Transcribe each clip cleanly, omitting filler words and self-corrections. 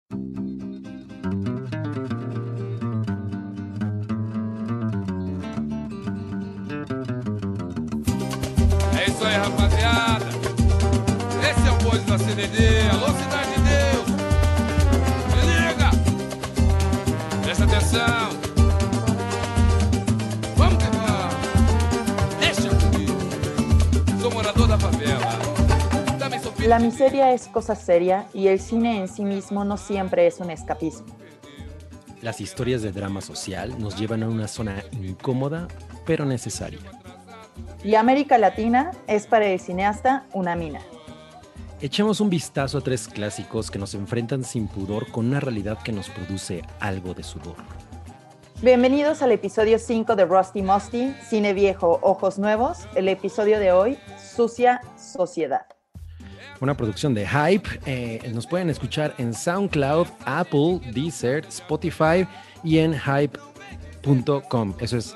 É isso aí, rapaziada. Esse é o bonde da CDD. Alô, Cidade de Deus. Se liga. Presta atenção. Vamos quebrar. Deixa comigo. Sou morador da favela. Também sou filho La de miseria es cosa seria y el cine en sí mismo no siempre es un escapismo. Las historias de drama social nos llevan a una zona incómoda, pero necesaria. Y América Latina es para el cineasta una mina. Echemos un vistazo a tres clásicos que nos enfrentan sin pudor con una realidad que nos produce algo de sudor. Bienvenidos al episodio 5 de Rusty Musty, Cine Viejo, Ojos Nuevos. El episodio de hoy, Sucia Sociedad. Una producción de Hype. Nos pueden escuchar en SoundCloud, Apple, Deezer, Spotify y en hype.com. Eso es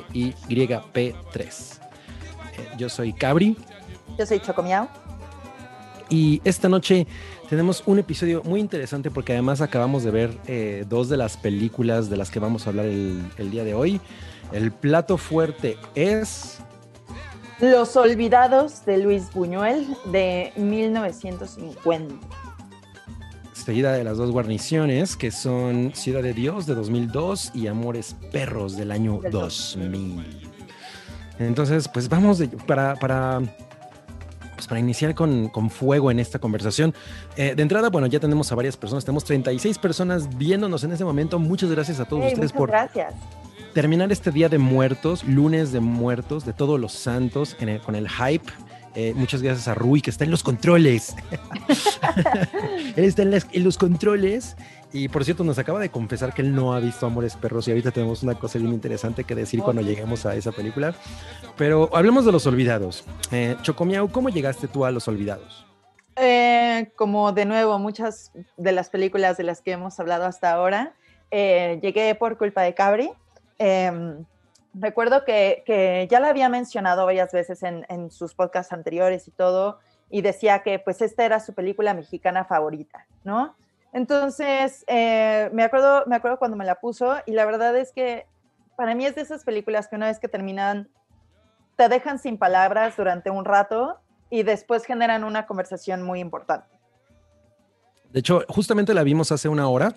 HYP3. Yo soy Cabri. Yo soy Chocomiao. Y esta noche tenemos un episodio muy interesante porque además acabamos de ver dos de las películas de las que vamos a hablar el día de hoy. El plato fuerte es... Los Olvidados de Luis Buñuel de 1950. Seguida de las dos guarniciones que son Ciudad de Dios de 2002 y Amores Perros del año 2000. Entonces, pues vamos para iniciar con fuego en esta conversación. De entrada, bueno, ya tenemos a varias personas. Tenemos 36 personas viéndonos en este momento. Muchas gracias a todos ustedes por gracias. Terminar este Día de Muertos, lunes de muertos, de todos los santos, con el Hype. Muchas gracias a Rui, que está en los controles. Él está en los controles. Y por cierto, nos acaba de confesar que él no ha visto Amores Perros y ahorita tenemos una cosa bien interesante que decir cuando lleguemos a esa película. Pero hablemos de Los Olvidados. Chocomiao, ¿cómo llegaste tú a Los Olvidados? Como de nuevo, muchas de las películas de las que hemos hablado hasta ahora, llegué por culpa de Cabri. Recuerdo que ya la había mencionado varias veces en sus podcasts anteriores y todo, y decía que pues esta era su película mexicana favorita, ¿no? Entonces, me acuerdo cuando me la puso, y la verdad es que para mí es de esas películas que una vez que terminan, te dejan sin palabras durante un rato y después generan una conversación muy importante. De hecho, justamente la vimos hace una hora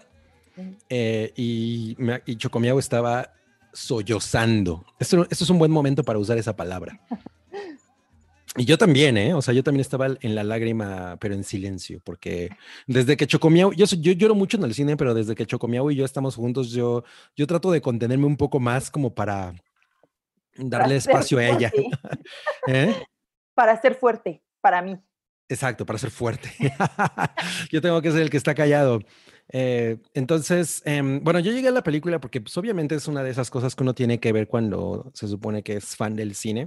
y Chocomiao estaba sollozando. Esto es un buen momento para usar esa palabra. Y yo también, O sea, yo también estaba en la lágrima, pero en silencio, porque desde que Chocomiao, yo lloro mucho en el cine, pero desde que Chocomiao y yo estamos juntos, yo trato de contenerme un poco más como para darle espacio a ella. Para ser fuerte, para mí. Exacto, para ser fuerte. Yo tengo que ser el que está callado. Entonces, bueno, yo llegué a la película porque pues, obviamente es una de esas cosas que uno tiene que ver cuando se supone que es fan del cine.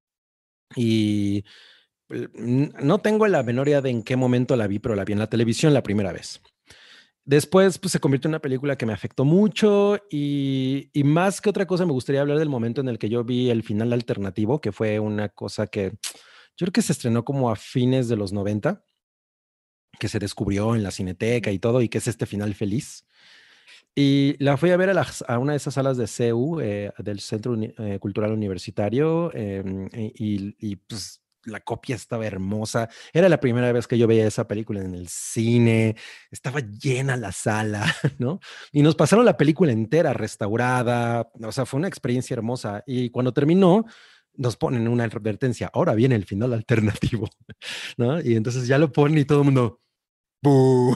Y no tengo la menor idea de en qué momento la vi, pero la vi en la televisión la primera vez. Después, pues se convirtió en una película que me afectó mucho y más que otra cosa me gustaría hablar del momento en el que yo vi el final alternativo, que fue una cosa que yo creo que se estrenó como a fines de los 90, que se descubrió en la Cineteca y todo, y que es este final feliz. Y la fui a ver a una de esas salas de CEU, del Centro Cultural Universitario, y pues la copia estaba hermosa. Era la primera vez que yo veía esa película en el cine. Estaba llena la sala, ¿no? Y nos pasaron la película entera restaurada. O sea, fue una experiencia hermosa. Y cuando terminó, nos ponen una advertencia. Ahora viene el final alternativo, ¿no? Y entonces ya lo ponen y todo el mundo... ¡Bú!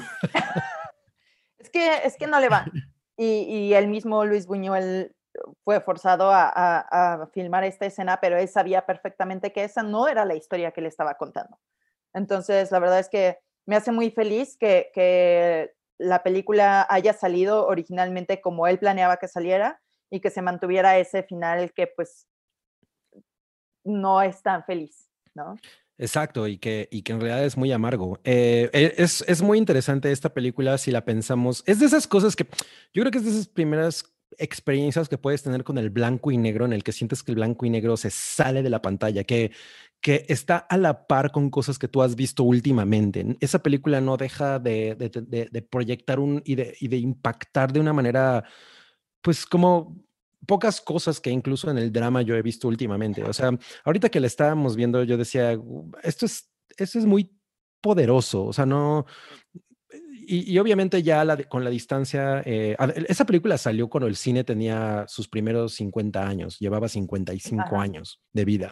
Es que no le va. Y el mismo Luis Buñuel fue forzado a filmar esta escena, pero él sabía perfectamente que esa no era la historia que le estaba contando. Entonces, la verdad es que me hace muy feliz que la película haya salido originalmente como él planeaba que saliera y que se mantuviera ese final que pues no es tan feliz, ¿no? Exacto, y que en realidad es muy amargo. Es muy interesante esta película si la pensamos. Es de esas cosas que yo creo que es de esas primeras experiencias que puedes tener con el blanco y negro, en el que sientes que el blanco y negro se sale de la pantalla, que está a la par con cosas que tú has visto últimamente. Esa película no deja de proyectar y de impactar de una manera, pues como pocas cosas que incluso en el drama yo he visto últimamente. O sea, ahorita que la estábamos viendo, yo decía, esto es muy poderoso. O sea, no. Y obviamente ya con la distancia, esa película salió cuando el cine tenía sus primeros 50 años, llevaba 55 Ajá. años de vida.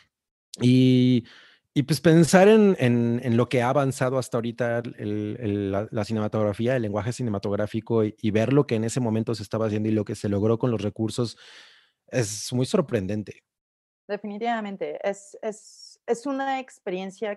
Y, y pues pensar en lo que ha avanzado hasta ahorita la cinematografía, el lenguaje cinematográfico y ver lo que en ese momento se estaba haciendo y lo que se logró con los recursos es muy sorprendente. Definitivamente. Es una experiencia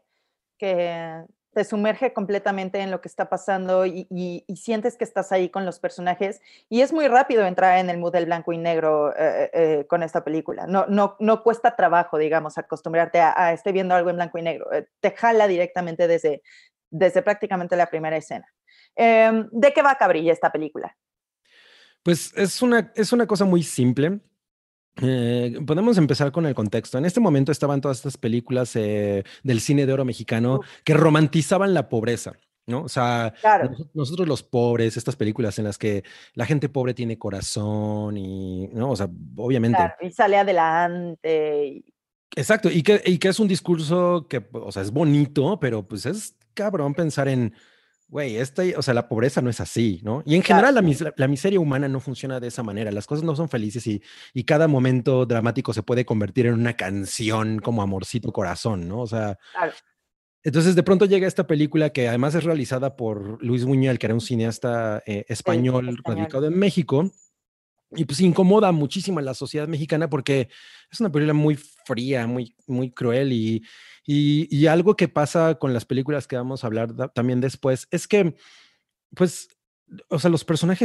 que te sumerge completamente en lo que está pasando y sientes que estás ahí con los personajes. Y es muy rápido entrar en el mood del blanco y negro con esta película. No cuesta trabajo, digamos, acostumbrarte a estar viendo algo en blanco y negro. Te jala directamente desde prácticamente la primera escena. ¿De qué va Cabrilla esta película? Pues es una cosa muy simple. Podemos empezar con el contexto. En este momento estaban todas estas películas del cine de oro mexicano Uf, que romantizaban la pobreza, ¿no? O sea, claro, nosotros los pobres, estas películas en las que la gente pobre tiene corazón y, ¿no? O sea, obviamente. claro. Y sale adelante. Exacto, y que es un discurso que, o sea, es bonito, pero pues es cabrón pensar en, güey, o sea, la pobreza no es así, ¿no? Y en Claro, general la miseria humana no funciona de esa manera, las cosas no son felices y cada momento dramático se puede convertir en una canción como Amorcito Corazón, ¿no? O sea, claro. entonces de pronto llega esta película que además es realizada por Luis Buñuel, que era un cineasta Sí, español español. radicado en México. Y pues incomoda muchísimo a la sociedad mexicana porque es una película muy fría, muy cruel y algo que pasa con las películas que vamos a hablar también después es que, pues, o sea, los personajes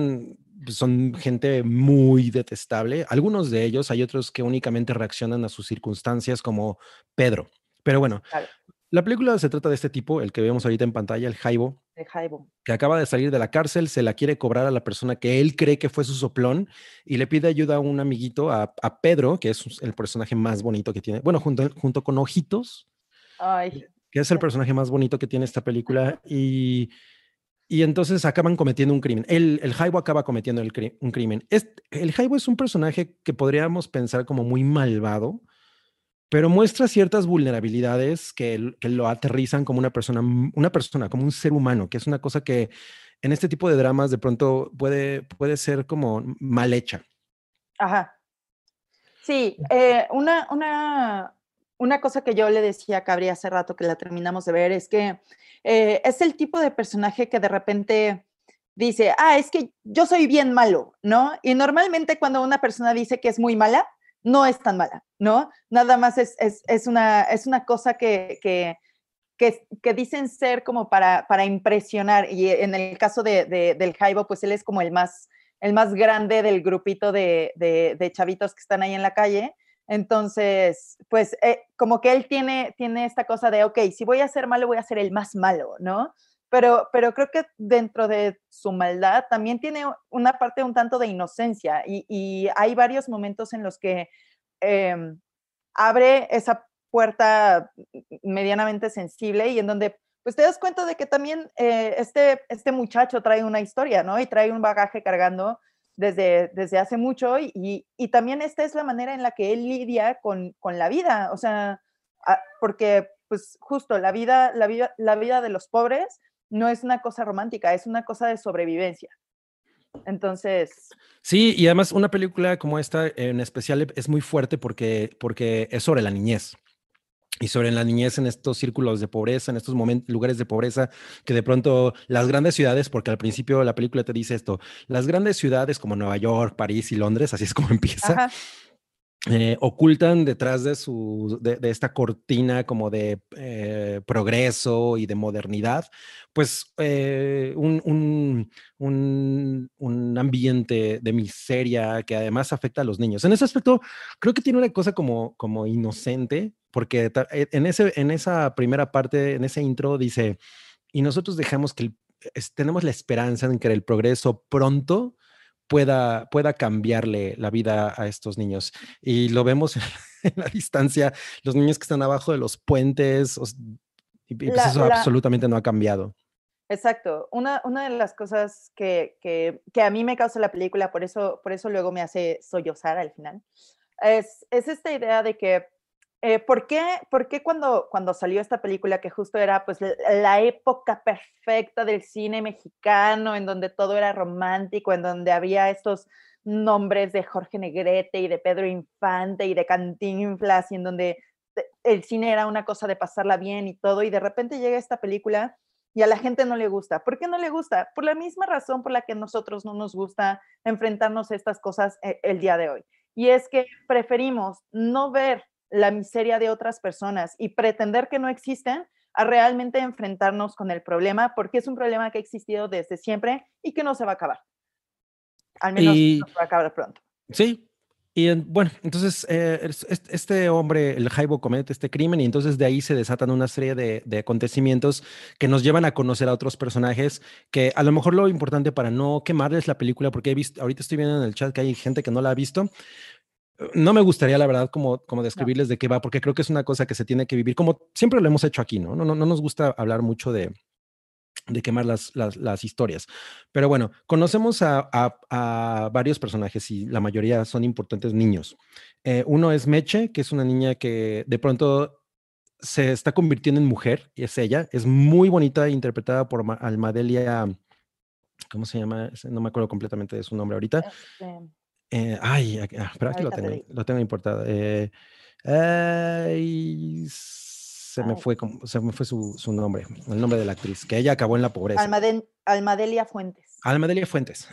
son gente muy detestable. Algunos de ellos, hay otros que únicamente reaccionan a sus circunstancias como Pedro. Pero bueno, Claro, la película se trata de este tipo, el que vemos ahorita en pantalla, el Jaibo, de Jaibo. que acaba de salir de la cárcel, se la quiere cobrar a la persona que él cree que fue su soplón y le pide ayuda a un amiguito, a Pedro, que es el personaje más bonito que tiene, bueno, junto con Ojitos, Ay, que es el personaje más bonito que tiene esta película y entonces acaban cometiendo un crimen. El Jaibo acaba cometiendo un crimen. El Jaibo es un personaje que podríamos pensar como muy malvado, pero muestra ciertas vulnerabilidades que lo aterrizan como una persona, como un ser humano, que es una cosa que en este tipo de dramas de pronto puede ser como mal hecha. ajá. Sí, una cosa que yo le decía a Cabri hace rato que la terminamos de ver es que es el tipo de personaje que de repente dice, es que yo soy bien malo, ¿no? Y normalmente cuando una persona dice que es muy mala, no es tan mala, ¿no? Nada más es una cosa que dicen ser como para impresionar. Y en el caso del Jaibo, pues él es como el más grande del grupito de chavitos que están ahí en la calle. Entonces, pues como que él tiene esta cosa de, ok, si voy a ser malo, voy a ser el más malo, ¿no? Pero creo que dentro de su maldad también tiene una parte un tanto de inocencia y hay varios momentos en los que eh, abre esa puerta medianamente sensible y en donde pues te das cuenta de que también este muchacho trae una historia, ¿no? Y trae un bagaje cargando desde hace mucho y también esta es la manera en la que él lidia con la vida, o sea, porque pues justo la vida de los pobres no es una cosa romántica, es una cosa de sobrevivencia. Entonces, Sí, y además una película como esta en especial es muy fuerte porque es sobre la niñez. Y sobre la niñez en estos círculos de pobreza, en estos lugares de pobreza, que de pronto las grandes ciudades, porque al principio la película te dice esto, las grandes ciudades como Nueva York, París y Londres, así es como empieza, ajá, ocultan detrás de esta cortina como de progreso y de modernidad, pues un ambiente de miseria que además afecta a los niños. En ese aspecto, creo que tiene una cosa como inocente, porque en esa primera parte, en ese intro, dice, y nosotros dejamos que tenemos la esperanza en que el progreso pronto pueda cambiarle la vida a estos niños. Y lo vemos en la distancia, los niños que están abajo de los puentes, y pues La, eso la, absolutamente no ha cambiado. exacto. Una de las cosas que a mí me causa la película, por eso luego me hace sollozar al final, es esta idea de que por qué cuando salió esta película, que justo era pues la época perfecta del cine mexicano, en donde todo era romántico, en donde había estos nombres de Jorge Negrete y de Pedro Infante y de Cantinflas, y en donde el cine era una cosa de pasarla bien y todo, y de repente llega esta película y a la gente no le gusta? ¿Por qué no le gusta? Por la misma razón por la que a nosotros no nos gusta enfrentarnos a estas cosas el día de hoy. Y es que preferimos no ver la miseria de otras personas y pretender que no existen a realmente enfrentarnos con el problema, porque es un problema que ha existido desde siempre y que no se va a acabar. Al menos no Y se va a acabar pronto. sí, y bueno, entonces este hombre, el Jaibo, comete este crimen y entonces de ahí se desatan una serie de acontecimientos que nos llevan a conocer a otros personajes que a lo mejor lo importante para no quemarles la película, porque he visto, ahorita estoy viendo en el chat que hay gente que no la ha visto. No me gustaría, la verdad, como No. describirles de qué va, porque creo que es una cosa que se tiene que vivir, como siempre lo hemos hecho aquí, ¿no? No nos gusta hablar mucho de quemar las historias. Pero bueno, conocemos a varios personajes y la mayoría son importantes niños. Uno es Meche, que es una niña que de pronto se está convirtiendo en mujer, y es ella. Es muy bonita, interpretada por Almadelia, ¿cómo se llama? No me acuerdo completamente de su nombre ahorita. Espera, aquí Ahorita te digo. lo tengo importado. Ay, Ay. se me fue su nombre, el nombre de la actriz, que ella acabó en la pobreza. Almadelia Fuentes. Almadelia Fuentes.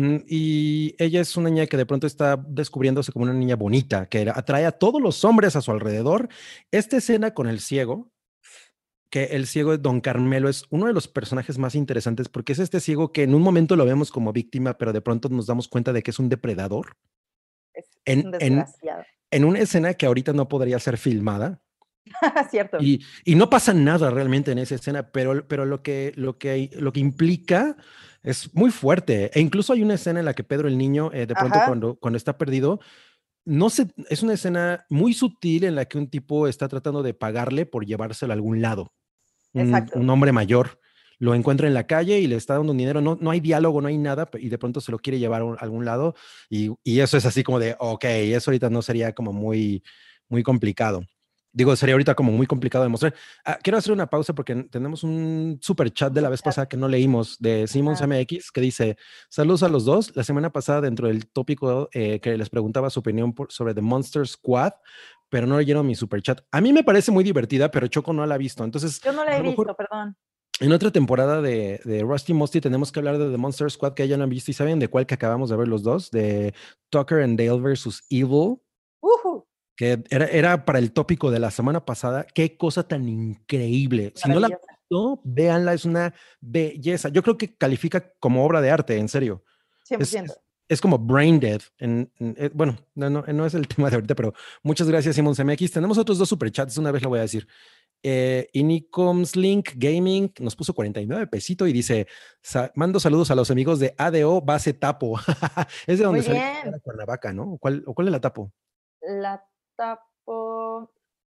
Y ella es una niña que de pronto está descubriéndose como una niña bonita, que atrae a todos los hombres a su alrededor. Esta escena con el ciego, que el ciego de Don Carmelo es uno de los personajes más interesantes porque es este ciego que en un momento lo vemos como víctima, pero de pronto nos damos cuenta de que es un depredador. Es un En, en, desgraciado. en una escena que ahorita no podría ser filmada. Cierto. Y no pasa nada realmente en esa escena, pero lo que implica es muy fuerte. E incluso hay una escena en la que Pedro el niño, de pronto Ajá. cuando está perdido, no sé, es una escena muy sutil en la que un tipo está tratando de pagarle por llevárselo a algún lado. Exacto. Un hombre mayor lo encuentra en la calle y le está dando dinero, no hay diálogo, no hay nada, y de pronto se lo quiere llevar a algún lado, y eso es así como de, ok, eso ahorita no sería como muy, muy complicado. Digo, sería ahorita como muy complicado de mostrar. Quiero hacer una pausa porque tenemos un super chat de la vez pasada que no leímos, de Simons Ajá. MX, que dice: saludos a los dos. La semana pasada, dentro del tópico que les preguntaba su opinión sobre The Monster Squad, pero no leyeron mi super chat. A mí me parece muy divertida, pero Choco no la ha visto. Entonces, Yo no la a he lo mejor visto, perdón. en otra temporada de Rusty Musty tenemos que hablar de The Monster Squad, que ya no han visto. ¿Y saben de cuál que acabamos de ver los dos? De Tucker and Dale versus Evil, que era para el tópico de la semana pasada. Qué cosa tan increíble. Si no la han Maravillosa. visto, véanla, es una belleza. Yo creo que califica como obra de arte, en serio. Es, 100%. es, es como brain dead. Bueno, no es el tema de ahorita, pero muchas gracias, Simons MX. Tenemos otros dos superchats, una vez lo voy a decir. Inicoms Link Gaming nos puso 49 pesito y dice: mando saludos a los amigos de ADO Base Tapo. Es de donde Muy salió bien. la Cuernavaca, ¿no? ¿Cuál es la Tapo? La tapo.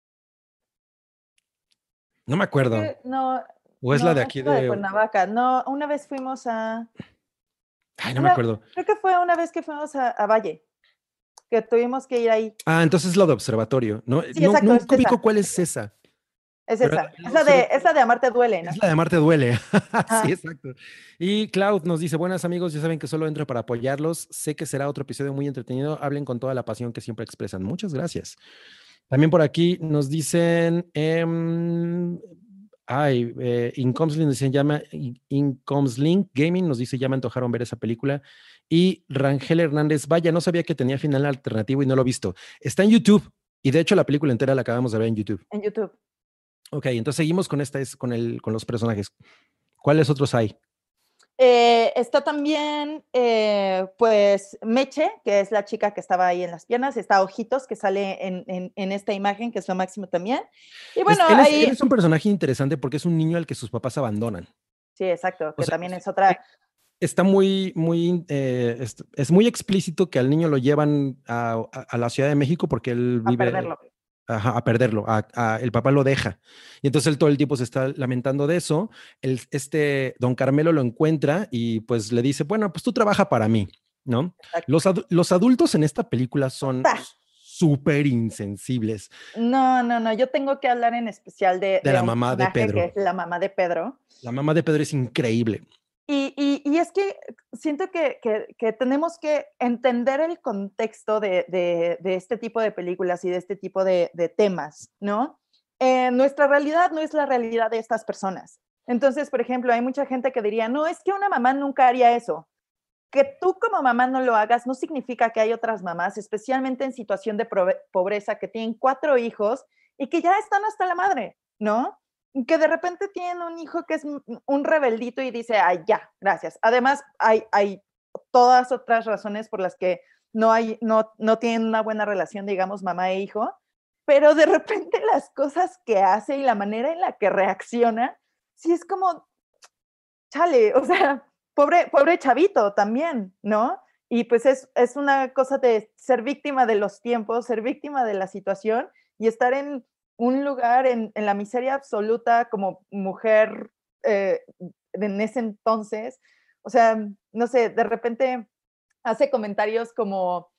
No me Creo acuerdo. que no, ¿O es la no, de no es aquí la de de...? Cuernavaca. No, una vez fuimos a. Ay, no me acuerdo. Creo que fue una vez que fuimos a Valle, que tuvimos que ir ahí. Entonces es la de Observatorio. No, Sí, no, exacto, es nunca ubico esa. cuál es esa. Es Pero esa. la de Es la de Amarte Duele, ¿no? es la de Marte Duele. Sí, Ajá. exacto. Y Cloud nos dice: buenas amigos, ya saben que solo entro para apoyarlos. Sé que será otro episodio muy entretenido. Hablen con toda la pasión que siempre expresan. Muchas gracias. También por aquí nos dicen, Incomslink dicen, Incomslink Gaming nos dice: ya me antojaron ver esa película. Y Rangel Hernández: vaya, no sabía que tenía final alternativo y no lo he visto. Está en YouTube, y de hecho la película entera la acabamos de ver en YouTube. En YouTube. Ok, entonces seguimos con con los personajes. ¿Cuáles otros hay? Está también, pues, Meche, que es la chica que estaba ahí en las piernas. Está Ojitos, que sale en esta imagen, que es lo máximo también. Y bueno, Él ahí. es un personaje interesante porque es un niño al que sus papás abandonan. Sí, exacto, O que sea, también es otra. está es muy explícito que al niño lo llevan a la Ciudad de México porque él a vive, perderlo. ajá, a perderlo, el papá lo deja. Y entonces él todo el tiempo se está lamentando de eso. Don Carmelo lo encuentra y pues le dice, bueno, pues tú trabaja para mí, ¿no? Exacto. Los adultos en esta película son Ta. súper insensibles. No, no, no, yo tengo que hablar en especial De de la un mamá de personaje que Pedro. es la mamá de Pedro. La mamá de Pedro es increíble. Y es que siento que tenemos que entender el contexto de este tipo de películas y de este tipo de temas, ¿no? Nuestra realidad no es la realidad de estas personas. Entonces, por ejemplo, hay mucha gente que diría, no, es que una mamá nunca haría eso. Que tú como mamá no lo hagas no significa que hay otras mamás, especialmente en situación de pobreza, que tienen 4 hijos y que ya están hasta la madre, ¿no? Que de repente tienen un hijo que es un rebeldito y dice, ay, ya, gracias. Además, hay todas otras razones por las que no tienen una buena relación, digamos, mamá e hijo, pero de repente las cosas que hace y la manera en la que reacciona, sí es como, chale, o sea, pobre chavito también, ¿no? Y pues es una cosa de ser víctima de los tiempos, ser víctima de la situación y estar en un lugar en la miseria absoluta como mujer en ese entonces. O sea, no sé, de repente hace comentarios como,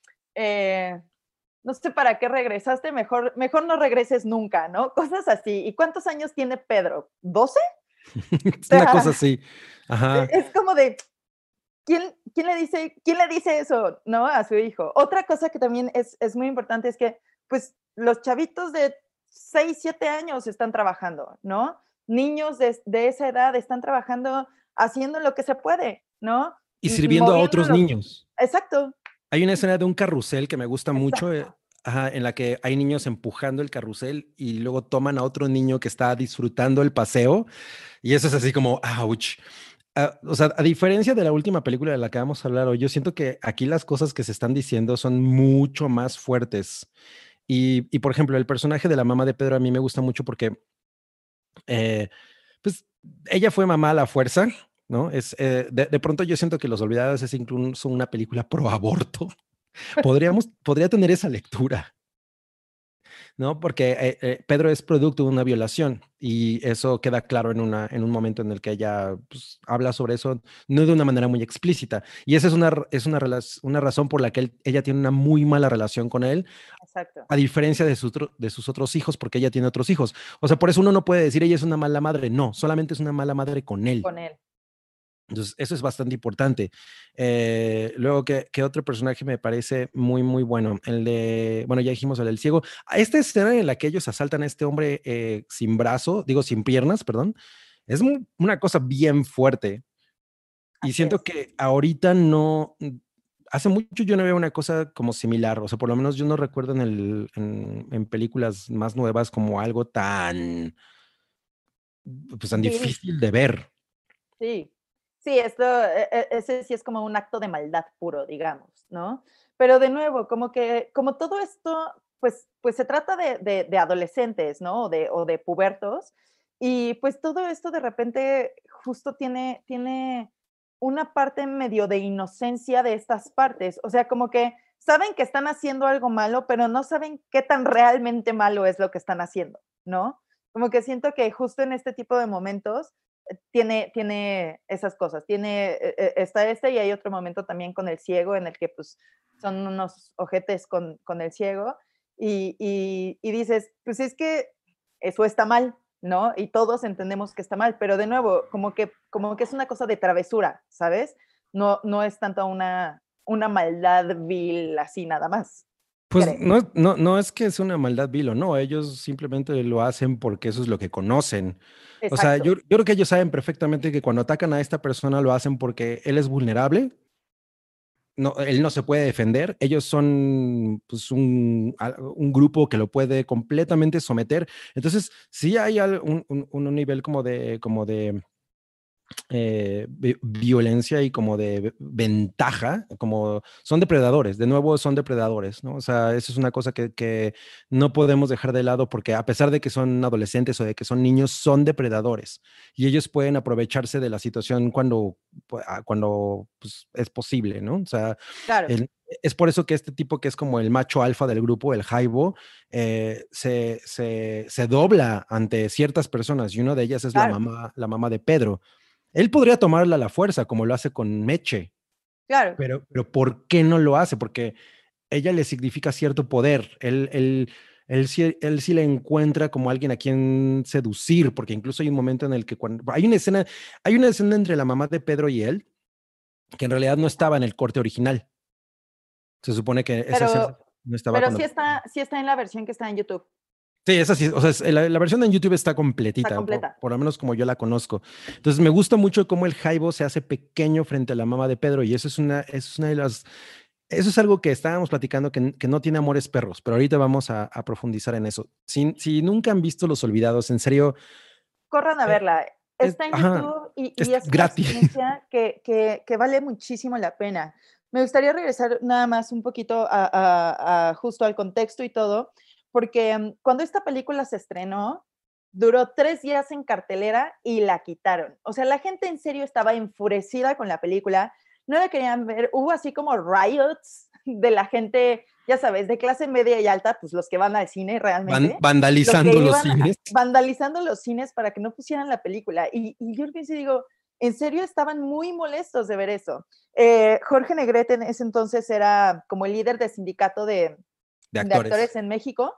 no sé para qué regresaste, mejor no regreses nunca, ¿no? Cosas así. ¿Y cuántos años tiene Pedro? ¿12? O Es una cosa sea, así. Ajá. es como de, quién le dice eso, ¿no? A su hijo. Otra cosa que también es muy importante es que, pues, los chavitos de 6 7 años están trabajando, ¿no? Niños de esa edad están trabajando haciendo lo que se puede, ¿no? Y sirviendo a Moviendo otros niños. exacto, Hay una escena de un carrusel que me gusta mucho, exacto. ajá, en la que hay niños empujando el carrusel y luego toman a otro niño que está disfrutando el paseo y eso es así como, ouch. O sea, a diferencia de la última película de la que vamos a hablar hoy, yo siento que aquí las cosas que se están diciendo son mucho más fuertes. Por ejemplo, el personaje de la mamá de Pedro a mí me gusta mucho porque, eh, pues, ella fue mamá a la fuerza, ¿no? De pronto yo siento que Los Olvidados es incluso una película pro aborto. Podría tener esa lectura, ¿no? Porque Pedro es producto de una violación y eso queda claro en un momento en el que ella pues, habla sobre eso, no de una manera muy explícita. Y esa es una razón por la que ella tiene una muy mala relación con él, Exacto, a diferencia de sus otros hijos, porque ella tiene otros hijos. O sea, por eso uno no puede decir ella es una mala madre. No, solamente es una mala madre con él. con él. Entonces, eso es bastante importante. Luego, ¿qué otro personaje me parece muy, muy bueno? Bueno, ya dijimos el del ciego. Esta escena en la que ellos asaltan a este hombre sin brazo, digo, sin piernas, perdón, es una cosa bien fuerte. Y Así siento es. que ahorita no, hace mucho yo no veo una cosa como similar. O sea, por lo menos yo no recuerdo en películas más nuevas como algo tan, pues, tan Bill, difícil de ver. sí. Sí, ese sí es como un acto de maldad puro, digamos, ¿no? Pero de nuevo, como todo esto, pues se trata de adolescentes, ¿no? O de pubertos, y pues todo esto de repente justo tiene una parte medio de inocencia de estas partes. O sea, como que saben que están haciendo algo malo, pero no saben qué tan realmente malo es lo que están haciendo, ¿no? Como que siento que justo en este tipo de momentos tiene esas cosas. Está y hay otro momento también con el ciego en el que pues son unos ojetes con el ciego y dices, pues es que eso está mal, ¿no? Y todos entendemos que está mal, pero de nuevo, como que es una cosa de travesura, ¿sabes? No es tanto una maldad vil así nada más, Pues creo. no es que sea una maldad vil o no, ellos simplemente lo hacen porque eso es lo que conocen. O sea, Exacto. yo creo que ellos saben perfectamente que cuando atacan a esta persona lo hacen porque él es vulnerable, no, él no se puede defender, ellos son pues, un grupo que lo puede completamente someter. Entonces, sí hay un nivel como de violencia y como de ventaja, como son depredadores, de nuevo son depredadores, ¿no? O sea, eso es una cosa que no podemos dejar de lado porque a pesar de que son adolescentes o de que son niños, son depredadores y ellos pueden aprovecharse de la situación cuando pues, es posible, ¿no? O sea, Claro, es por eso que este tipo que es como el macho alfa del grupo, el Jaibo, se dobla ante ciertas personas y una de ellas es claro, la mamá de Pedro. Él podría tomarla a la fuerza, como lo hace con Meche, claro. pero ¿por qué no lo hace? Porque ella le significa cierto poder. Él sí le encuentra como alguien a quien seducir, porque incluso hay un momento en el que cuando hay una escena entre la mamá de Pedro y él, que en realidad no estaba en el corte original. Se supone que esa escena Pero, no estaba pero cuando. sí está en la versión que está en YouTube. Sí, esa sí, o sea, la versión en YouTube está Está completita, completa. por lo menos como yo la conozco. Entonces me gusta mucho cómo el Jaibo se hace pequeño frente a la mamá de Pedro y eso es una de las, eso es algo que estábamos platicando que no tiene amores perros, pero ahorita vamos a profundizar en eso. Si nunca han visto Los Olvidados, en serio, Corran a eh, verla. Está en ajá, YouTube y es es una gratis. experiencia que vale muchísimo la pena. Me gustaría regresar nada más un poquito justo al contexto y todo, porque cuando esta película se estrenó, duró 3 días en cartelera y la quitaron. O sea, la gente en serio estaba enfurecida con la película, no la querían ver, hubo así como riots de la gente, ya sabes, de clase media y alta, pues los que van al cine realmente, los que Vandalizando los iban cines. vandalizando los cines para que no pusieran la película. Y yo pienso y digo, en serio estaban muy molestos de ver eso. Jorge Negrete en ese entonces era como el líder del sindicato De de actores. actores en México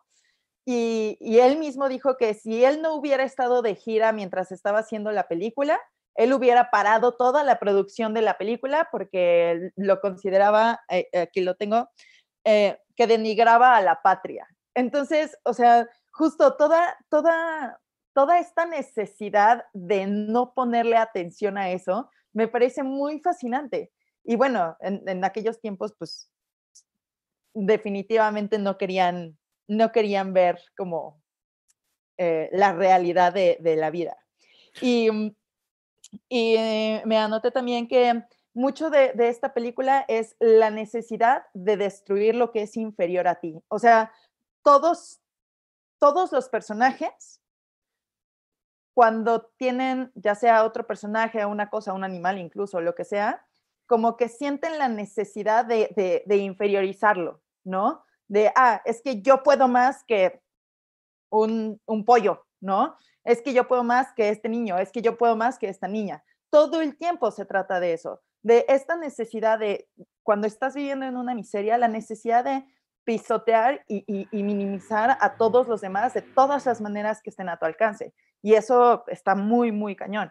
y él mismo dijo que si él no hubiera estado de gira mientras estaba haciendo la película, él hubiera parado toda la producción de la película porque lo consideraba, aquí lo tengo, que denigraba a la patria. Entonces, o sea, justo toda esta necesidad de no ponerle atención a eso me parece muy fascinante. Y bueno, en aquellos tiempos, pues definitivamente no querían ver como la realidad de la vida. Y, me anoté también que mucho de esta película es la necesidad de destruir lo que es inferior a ti. O sea, todos los personajes, cuando tienen ya sea otro personaje, una cosa, un animal incluso, lo que sea, como que sienten la necesidad de inferiorizarlo, ¿no? Es que yo puedo más que un pollo, ¿no? Es que yo puedo más que este niño, es que yo puedo más que esta niña. Todo el tiempo se trata de eso, de esta necesidad de, cuando estás viviendo en una miseria, la necesidad de pisotear y minimizar a todos los demás de todas las maneras que estén a tu alcance. Y eso está muy, muy cañón.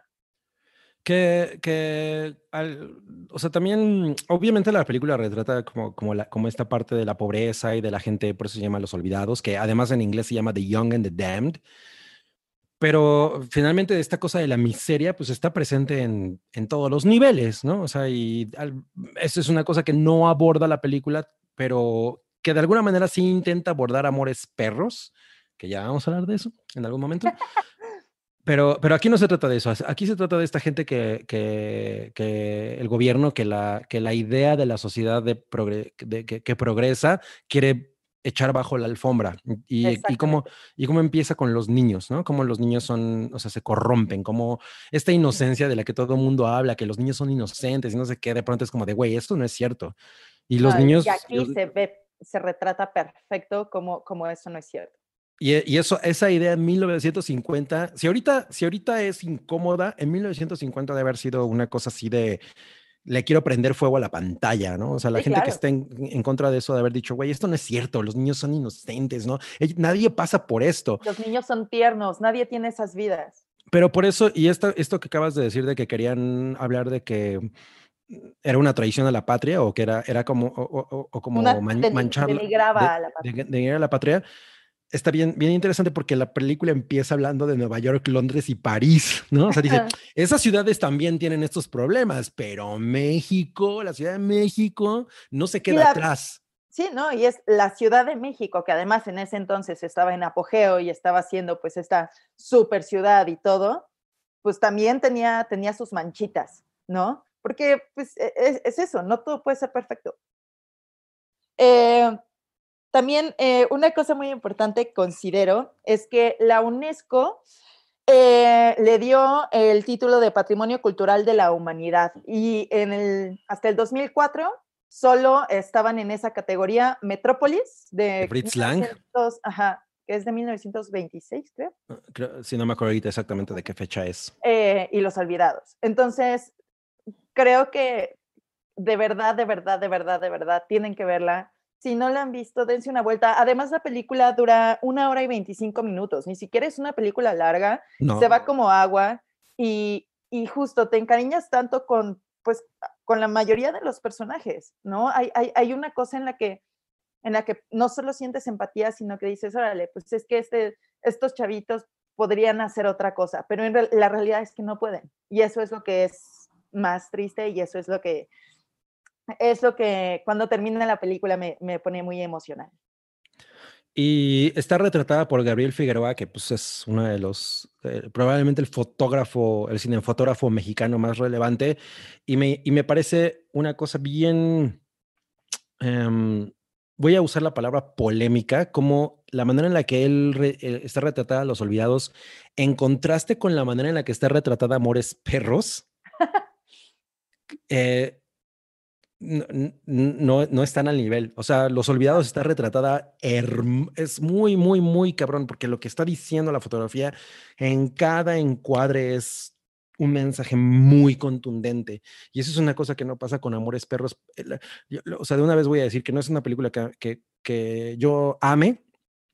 O sea, también, obviamente la película retrata como esta parte de la pobreza y de la gente, por eso se llama Los Olvidados, que además en inglés se llama The Young and the Damned, pero finalmente esta cosa de la miseria, pues está presente en todos los niveles, ¿no? O sea, eso es una cosa que no aborda la película, pero que de alguna manera sí intenta abordar Amores Perros, que ya vamos a hablar de eso en algún momento. Pero aquí no se trata de eso. Aquí se trata de esta gente que el gobierno, que la idea de la sociedad que progresa quiere echar bajo la alfombra. Exactamente. Y cómo empieza con los niños, ¿no? Cómo los niños o sea, se corrompen, como esta inocencia de la que todo el mundo habla, que los niños son inocentes y no sé qué, de pronto es como de, güey, esto no es cierto. Y los No, y niños, aquí se retrata perfecto como eso no es cierto. y eso, esa idea en 1950, si ahorita es incómoda, en 1950 debe haber sido una cosa así de, le quiero prender fuego a la pantalla, ¿no? O sea, la Sí, gente que claro. está en contra de eso, de haber dicho, güey, esto no es cierto, los niños son inocentes, ¿no? Nadie pasa por esto. Los niños son tiernos, nadie tiene esas vidas. Pero por eso, y esto que acabas de decir de que querían hablar de que era una traición a la patria o que era como, o como mancharla, Denigraba a la patria. de ir a la patria. Está bien, bien interesante porque la película empieza hablando de Nueva York, Londres y París, ¿no? O sea, dice, esas ciudades también tienen estos problemas, pero México, la Ciudad de México, no se Y queda atrás. sí, ¿no? Y es la Ciudad de México, que además en ese entonces estaba en apogeo y estaba siendo pues esta super ciudad y todo. pues también tenía sus manchitas, ¿no? Porque pues es eso, no todo puede ser perfecto. También una cosa muy importante considero es que la UNESCO le dio el título de Patrimonio Cultural de la Humanidad y hasta el 2004 solo estaban en esa categoría Metrópolis De de Fritz Lang. 1900, ajá, que es de 1926, creo. Si no me acuerdo ahorita exactamente de qué fecha es. Y Los Olvidados. Entonces, creo que de verdad, de verdad, de verdad, de verdad, tienen que verla. Si no la han visto, dense una vuelta. Además, la película dura 1 hora y 25 minutos. Ni siquiera es una película larga. No. Se va como agua y justo te encariñas tanto pues, con la mayoría de los personajes, ¿no? Hay una cosa en la que no solo sientes empatía, sino que dices, órale, pues es que estos chavitos podrían hacer otra cosa, pero la realidad es que no pueden. Y eso es lo que es más triste y eso es lo que cuando termina la película me pone muy emocional. Y está retratada por Gabriel Figueroa, que pues es uno de los, probablemente el cinefotógrafo mexicano más relevante, y me parece una cosa bien, voy a usar la palabra polémica, como la manera en la que él está retratada a Los Olvidados, en contraste con la manera en la que está retratada Amores Perros. No están al nivel. O sea, Los Olvidados está retratada, es muy, muy, muy cabrón, porque lo que está diciendo la fotografía en cada encuadre es un mensaje muy contundente. Y eso es una cosa que no pasa con Amores Perros. O sea, de una vez voy a decir que no es una película que yo ame.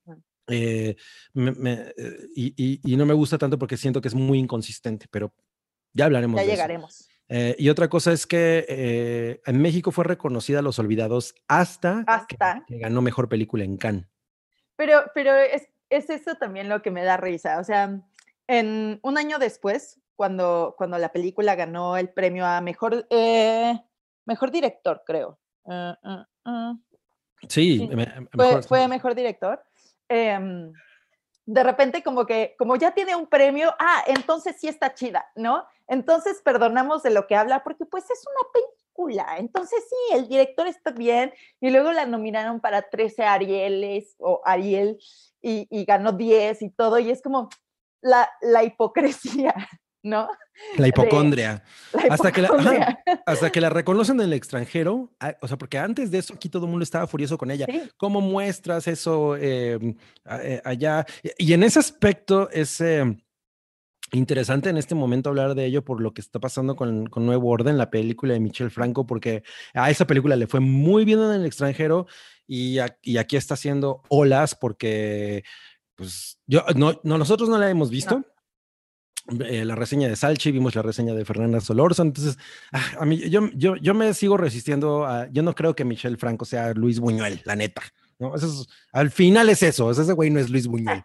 Y no me gusta tanto porque siento que es muy inconsistente, pero ya hablaremos de llegaremos. eso. Y otra cosa es que en México fue reconocida Los Olvidados hasta que ganó Mejor Película en Cannes. Pero es eso también lo que me da risa. O sea, un año después, cuando la película ganó el premio a mejor director, creo. Sí, fue mejor director. De repente como ya tiene un premio, entonces sí está chida, ¿no? Entonces perdonamos de lo que habla porque pues es una película, entonces sí, el director está bien y luego la nominaron para 13 Arieles o Ariel y ganó 10 y todo y es como la hipocresía, ¿no? La hipocondria. Hasta que la reconocen en el extranjero, o sea, porque antes de eso aquí todo el mundo estaba furioso con ella. Sí. ¿Cómo muestras eso allá? Y en ese aspecto es interesante en este momento hablar de ello por lo que está pasando con Nuevo Orden, la película de Michel Franco, porque a esa película le fue muy bien en el extranjero y aquí está haciendo olas porque pues nosotros no la hemos visto. No. La reseña de Salchi, vimos la reseña de Fernanda Solórzano, entonces a mí yo me sigo resistiendo yo no creo que Michel Franco sea Luis Buñuel, la neta, ¿no? Al final es eso, ese güey no es Luis Buñuel.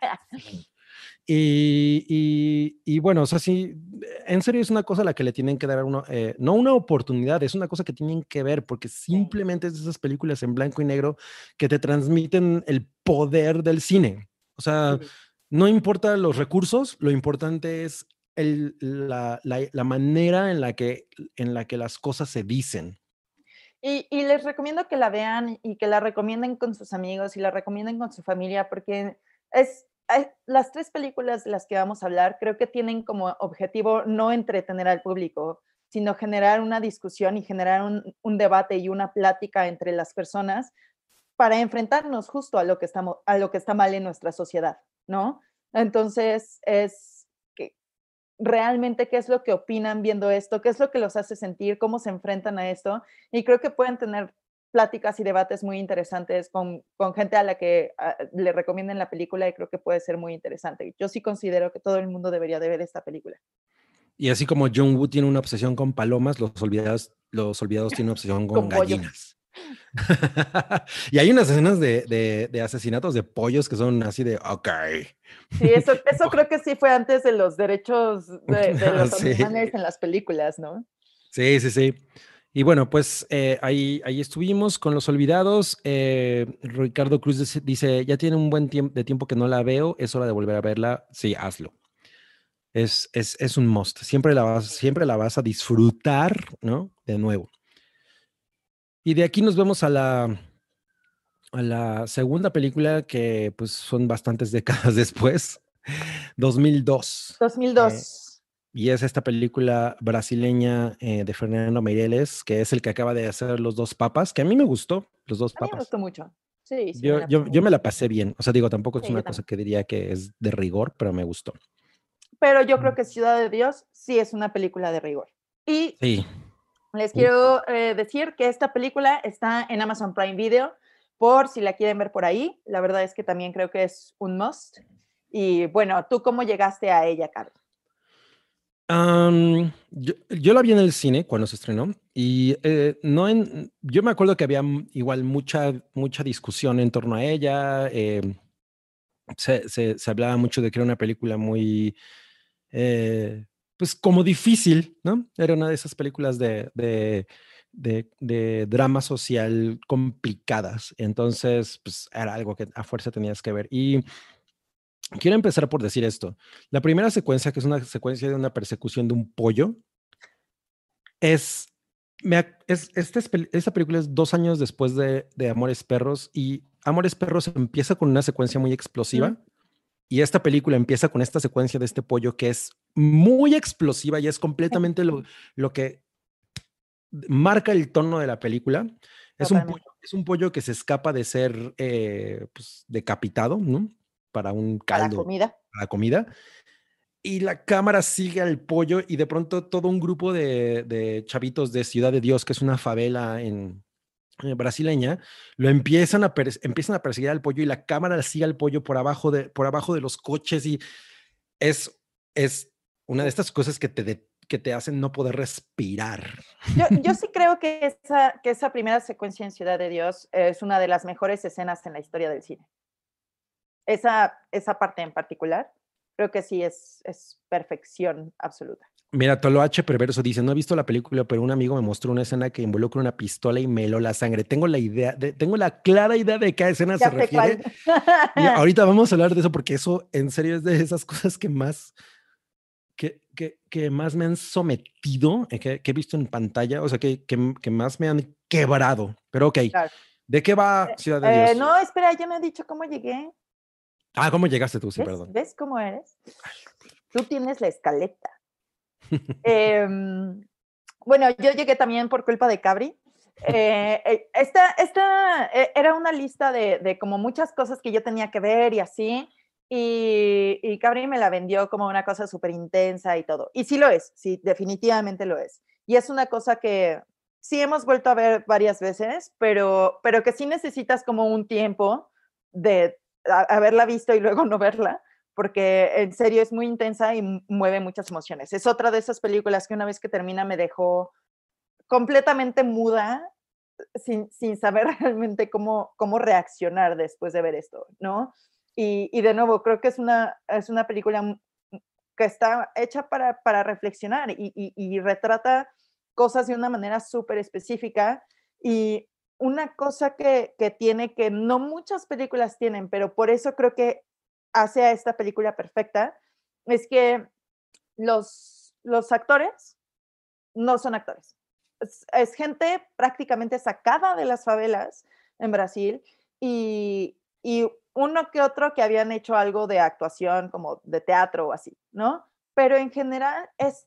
Y bueno, o sea, sí, en serio es una cosa a la que le tienen que dar no una oportunidad, es una cosa que tienen que ver, porque simplemente es de esas películas en blanco y negro que te transmiten el poder del cine. O sea, no importa los recursos, lo importante es la manera en la que las cosas se dicen. Y les recomiendo que la vean y que la recomienden con sus amigos y la recomienden con su familia, porque las 3 películas de las que vamos a hablar creo que tienen como objetivo no entretener al público, sino generar una discusión y generar un debate y una plática entre las personas para enfrentarnos justo a lo que está mal en nuestra sociedad, ¿no? Entonces, realmente qué es lo que opinan viendo esto, qué es lo que los hace sentir, cómo se enfrentan a esto, y creo que pueden tener pláticas y debates muy interesantes con gente a la que le recomienden la película y creo que puede ser muy interesante. Yo sí considero que todo el mundo debería de ver esta película. Y así como John Woo tiene una obsesión con palomas, Los Olvidados tienen una obsesión con gallinas. Y hay unas escenas de asesinatos de pollos que son así de, ok. Sí, eso creo que sí fue antes de los derechos de los animales en las películas, ¿no? Sí. Y bueno, pues ahí estuvimos con Los Olvidados. Ricardo Cruz dice, ya tiene un buen tiempo que no la veo, es hora de volver a verla. Sí, hazlo. es un must. Siempre la vas a disfrutar, ¿no? De nuevo. Y de aquí nos vemos a la segunda película que pues son bastantes décadas después, 2002. 2002. Y es esta película brasileña de Fernando Meirelles, que es el que acaba de hacer Los Dos Papas, que a mí me gustó, Los Dos A mí me Papas. gustó mucho. Sí, sí, me la pasé muy Yo me bien. la pasé bien. O sea, digo, tampoco es Sí, una yo cosa también. que diría que es de rigor, pero me gustó. Pero yo creo que Ciudad de Dios sí es una película de rigor. Y Sí. les quiero decir que esta película está en Amazon Prime Video, por si la quieren ver por ahí. La verdad es que también creo que es un must. Y bueno, ¿tú cómo llegaste a ella, Carlos? Yo la vi en el cine cuando se estrenó y no yo me acuerdo que había igual mucha discusión en torno a ella. Se hablaba mucho de que era una película muy, pues como difícil, ¿no? Era una de esas películas de drama social complicadas. Entonces, pues era algo que a fuerza tenías que ver. Y quiero empezar por decir esto. La primera secuencia, que es una secuencia de una persecución de un pollo, es, esta película es 2 años después de Amores Perros y Amores Perros empieza con una secuencia muy Mm, explosiva y esta película empieza con esta secuencia de este pollo que es muy explosiva y es completamente lo que marca el tono de la película. totalmente. Es un pollo que se escapa de ser pues, decapitado, ¿no? Para un Para caldo, comida. para comida. Y la cámara sigue al pollo y de pronto todo un grupo de chavitos de Ciudad de Dios, que es una favela brasileña, lo empiezan a perseguir al pollo y la cámara sigue al pollo por abajo de los coches y es, es una de Uf. estas cosas que te hacen no poder respirar. Yo sí creo que esa primera secuencia en Ciudad de Dios es una de las mejores escenas en la historia del cine. Esa parte en particular, creo que sí es perfección absoluta. Mira, Toloache Perverso dice, no he visto la película, pero un amigo me mostró una escena que involucra una pistola y me heló la sangre. Tengo la clara idea de qué escena se Ya sé refiere. cuál. Y ahorita vamos a hablar de eso porque eso en serio es de esas cosas que más me han sometido, que he visto en pantalla, o sea, que más me han quebrado. Pero ok, Claro. ¿de qué va Ciudad de Dios? No, espera, yo no he dicho cómo llegué. Ah, ¿cómo llegaste tú? Sí, ¿Ves? perdón. ¿Ves cómo eres? Tú tienes la escaleta. Em, bueno, yo llegué también por culpa de Cabri. Era una lista de como muchas cosas que yo tenía que ver y así, y Cabri me la vendió como una cosa súper intensa y todo. Y sí lo es, sí, definitivamente lo es. Y es una cosa que sí hemos vuelto a ver varias veces, pero que sí necesitas como un tiempo de haberla visto y luego no verla, porque en serio es muy intensa y mueve muchas emociones. Es otra de esas películas que una vez que termina me dejó completamente muda, sin saber realmente cómo reaccionar después de ver esto, ¿no? Y de nuevo, creo que es una película que está hecha para reflexionar y retrata cosas de una manera súper específica y una cosa que tiene que no muchas películas tienen, pero por eso creo que hace a esta película perfecta, es que los actores no son actores. Es gente prácticamente sacada de las favelas en Brasil y uno que otro que habían hecho algo de actuación, como de teatro o así, ¿no? Pero en general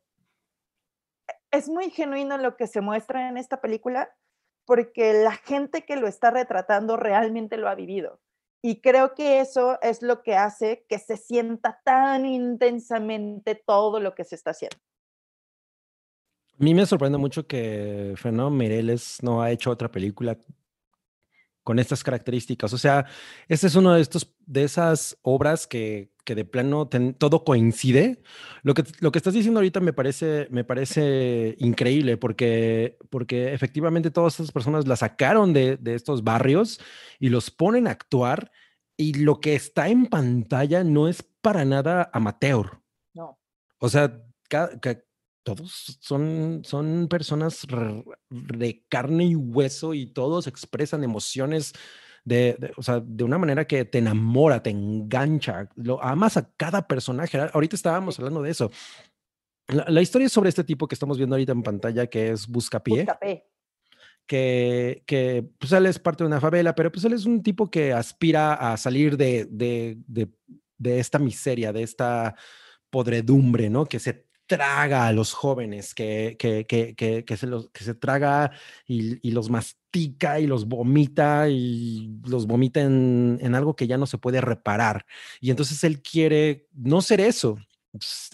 es muy genuino lo que se muestra en esta película porque la gente que lo está retratando realmente lo ha vivido. Y creo que eso es lo que hace que se sienta tan intensamente todo lo que se está haciendo. A mí me sorprende mucho que Fernando Meirelles no ha hecho otra película con estas características. O sea, este es uno de esas obras que de plano todo coincide. Lo que estás diciendo ahorita me parece increíble porque efectivamente todas estas personas la sacaron de estos barrios y los ponen a actuar y lo que está en pantalla no es para nada amateur. No. O sea, todos son personas de carne y hueso y todos expresan emociones o sea, de una manera que te enamora, te engancha, lo amas a cada personaje. Ahorita estábamos hablando de eso. La historia es sobre este tipo que estamos viendo ahorita en pantalla, que es Buscapié, Buscapé. que pues él es parte de una favela, pero pues él es un tipo que aspira a salir de esta miseria, de esta podredumbre, ¿no? Que se traga a los jóvenes, que se traga y los mastica y los vomita en algo que ya no se puede reparar. Y entonces él quiere no ser eso. Pues,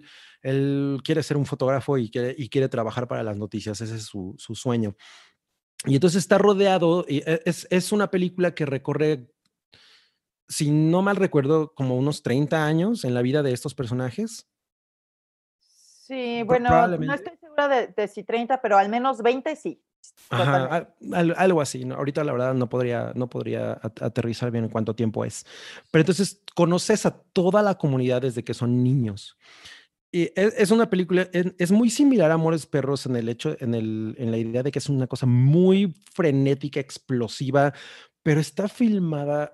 él quiere ser un fotógrafo y quiere trabajar para las noticias. Ese es su sueño. Y entonces está rodeado, y es una película que recorre, si no mal recuerdo, como unos 30 años en la vida de estos personajes. Sí, bueno, no Probablemente. estoy segura de si 30, pero al menos 20 sí. Ajá, algo así, ¿no? Ahorita la verdad no podría aterrizar bien en cuánto tiempo es. Pero entonces conoces a toda la comunidad desde que son niños. Y es una película, es muy similar a Amores Perros en el hecho, en la idea de que es una cosa muy frenética, explosiva, pero está filmada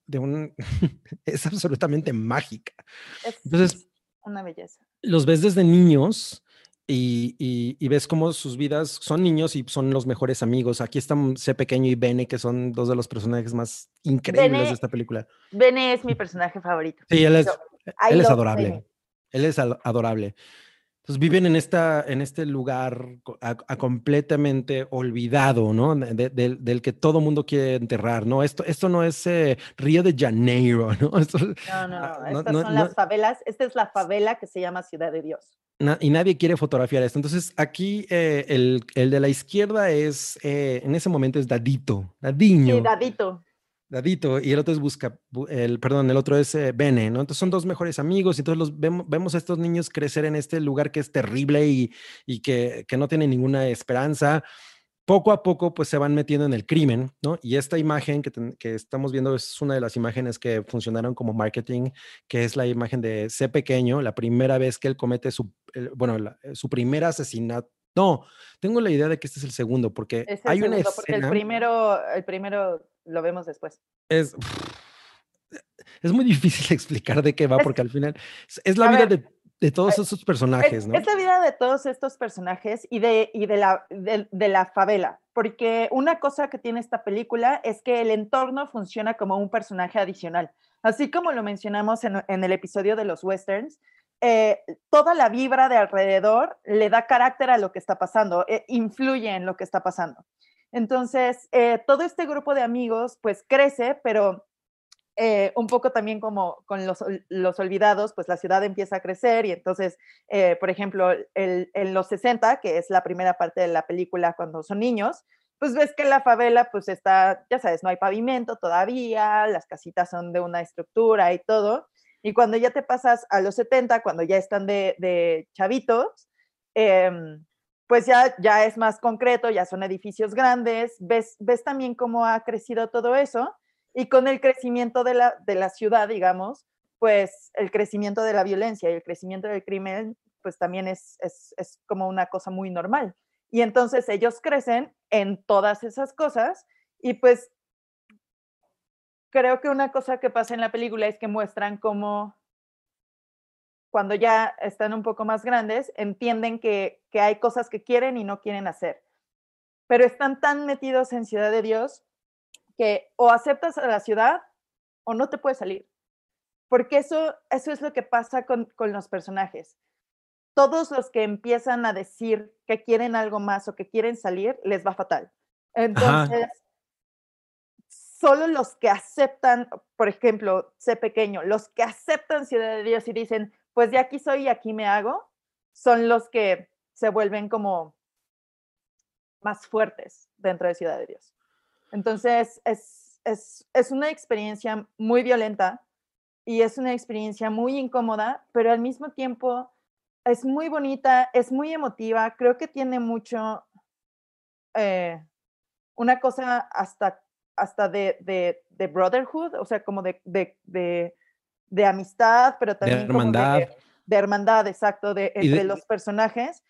es absolutamente mágica. Entonces, Es una belleza. los ves desde niños y ves cómo sus vidas son niños y son los mejores amigos. Aquí están C Pequeño y Bene, que son dos de los personajes más increíbles de Bene, esta película. Bene es mi personaje favorito. Sí, Yo, I él es love Bene. adorable. Él es adorable. Entonces viven en este lugar completamente olvidado, ¿no? Del que todo mundo quiere enterrar, ¿no? Esto no es Río de Janeiro, ¿no? No. No, Estas son las favelas. Esta es la favela que se llama Ciudad de Dios. y nadie quiere fotografiar esto. Entonces aquí el de la izquierda es, en ese momento es Sí, Dadiño. Dadito. Dadito, y el otro es el otro es Bene, ¿no? Entonces son dos mejores amigos, y entonces vemos a estos niños crecer en este lugar que es terrible y que no tiene ninguna esperanza. Poco a poco, pues se van metiendo en el crimen, ¿no? Y esta imagen que estamos viendo es una de las imágenes que funcionaron como marketing, que es la imagen de C Pequeño, la primera vez que él comete su primer asesinato. No, tengo la idea de que este es el segundo, porque Es el hay una segundo, porque escena, el primero lo vemos después. es, es muy difícil explicar de qué va, Es, porque al final es la a vida ver, de todos esos personajes, ¿no? es la vida de todos estos personajes y de la favela, porque una cosa que tiene esta película es que el entorno funciona como un personaje adicional. Así como lo mencionamos en el episodio de los westerns, toda la vibra de alrededor le da carácter a lo que está pasando, influye en lo que está pasando. Entonces, todo este grupo de amigos pues crece, pero un poco también como con los olvidados, pues la ciudad empieza a crecer y entonces, por ejemplo, en los 60, que es la primera parte de la película cuando son niños, pues ves que la favela pues está, ya sabes, no hay pavimento todavía, las casitas son de una estructura y todo, y cuando ya te pasas a los 70, cuando ya están de chavitos, eh, pues ya es más concreto, ya son edificios grandes, ves también cómo ha crecido todo eso, y con el crecimiento de la ciudad, digamos, pues el crecimiento de la violencia y el crecimiento del crimen, pues también es como una cosa muy normal. Y entonces ellos crecen en todas esas cosas y pues creo que una cosa que pasa en la película es que muestran cómo cuando ya están un poco más grandes, entienden que hay cosas que quieren y no quieren hacer. Pero están tan metidos en Ciudad de Dios que o aceptas a la ciudad o no te puedes salir. Porque eso es lo que pasa con los personajes. Todos los que empiezan a decir que quieren algo más o que quieren salir, les va fatal. Ajá. Entonces, solo los que aceptan, por ejemplo, C Pequeño, los que aceptan Ciudad de Dios y dicen, pues de aquí soy y aquí me hago, son los que se vuelven como más fuertes dentro de Ciudad de Dios. Entonces, es una experiencia muy violenta y es una experiencia muy incómoda, pero al mismo tiempo es muy bonita, es muy emotiva, creo que tiene mucho, una cosa hasta de brotherhood, o sea, como de amistad, pero De también como hermandad. de hermandad, exacto, entre Y los personajes,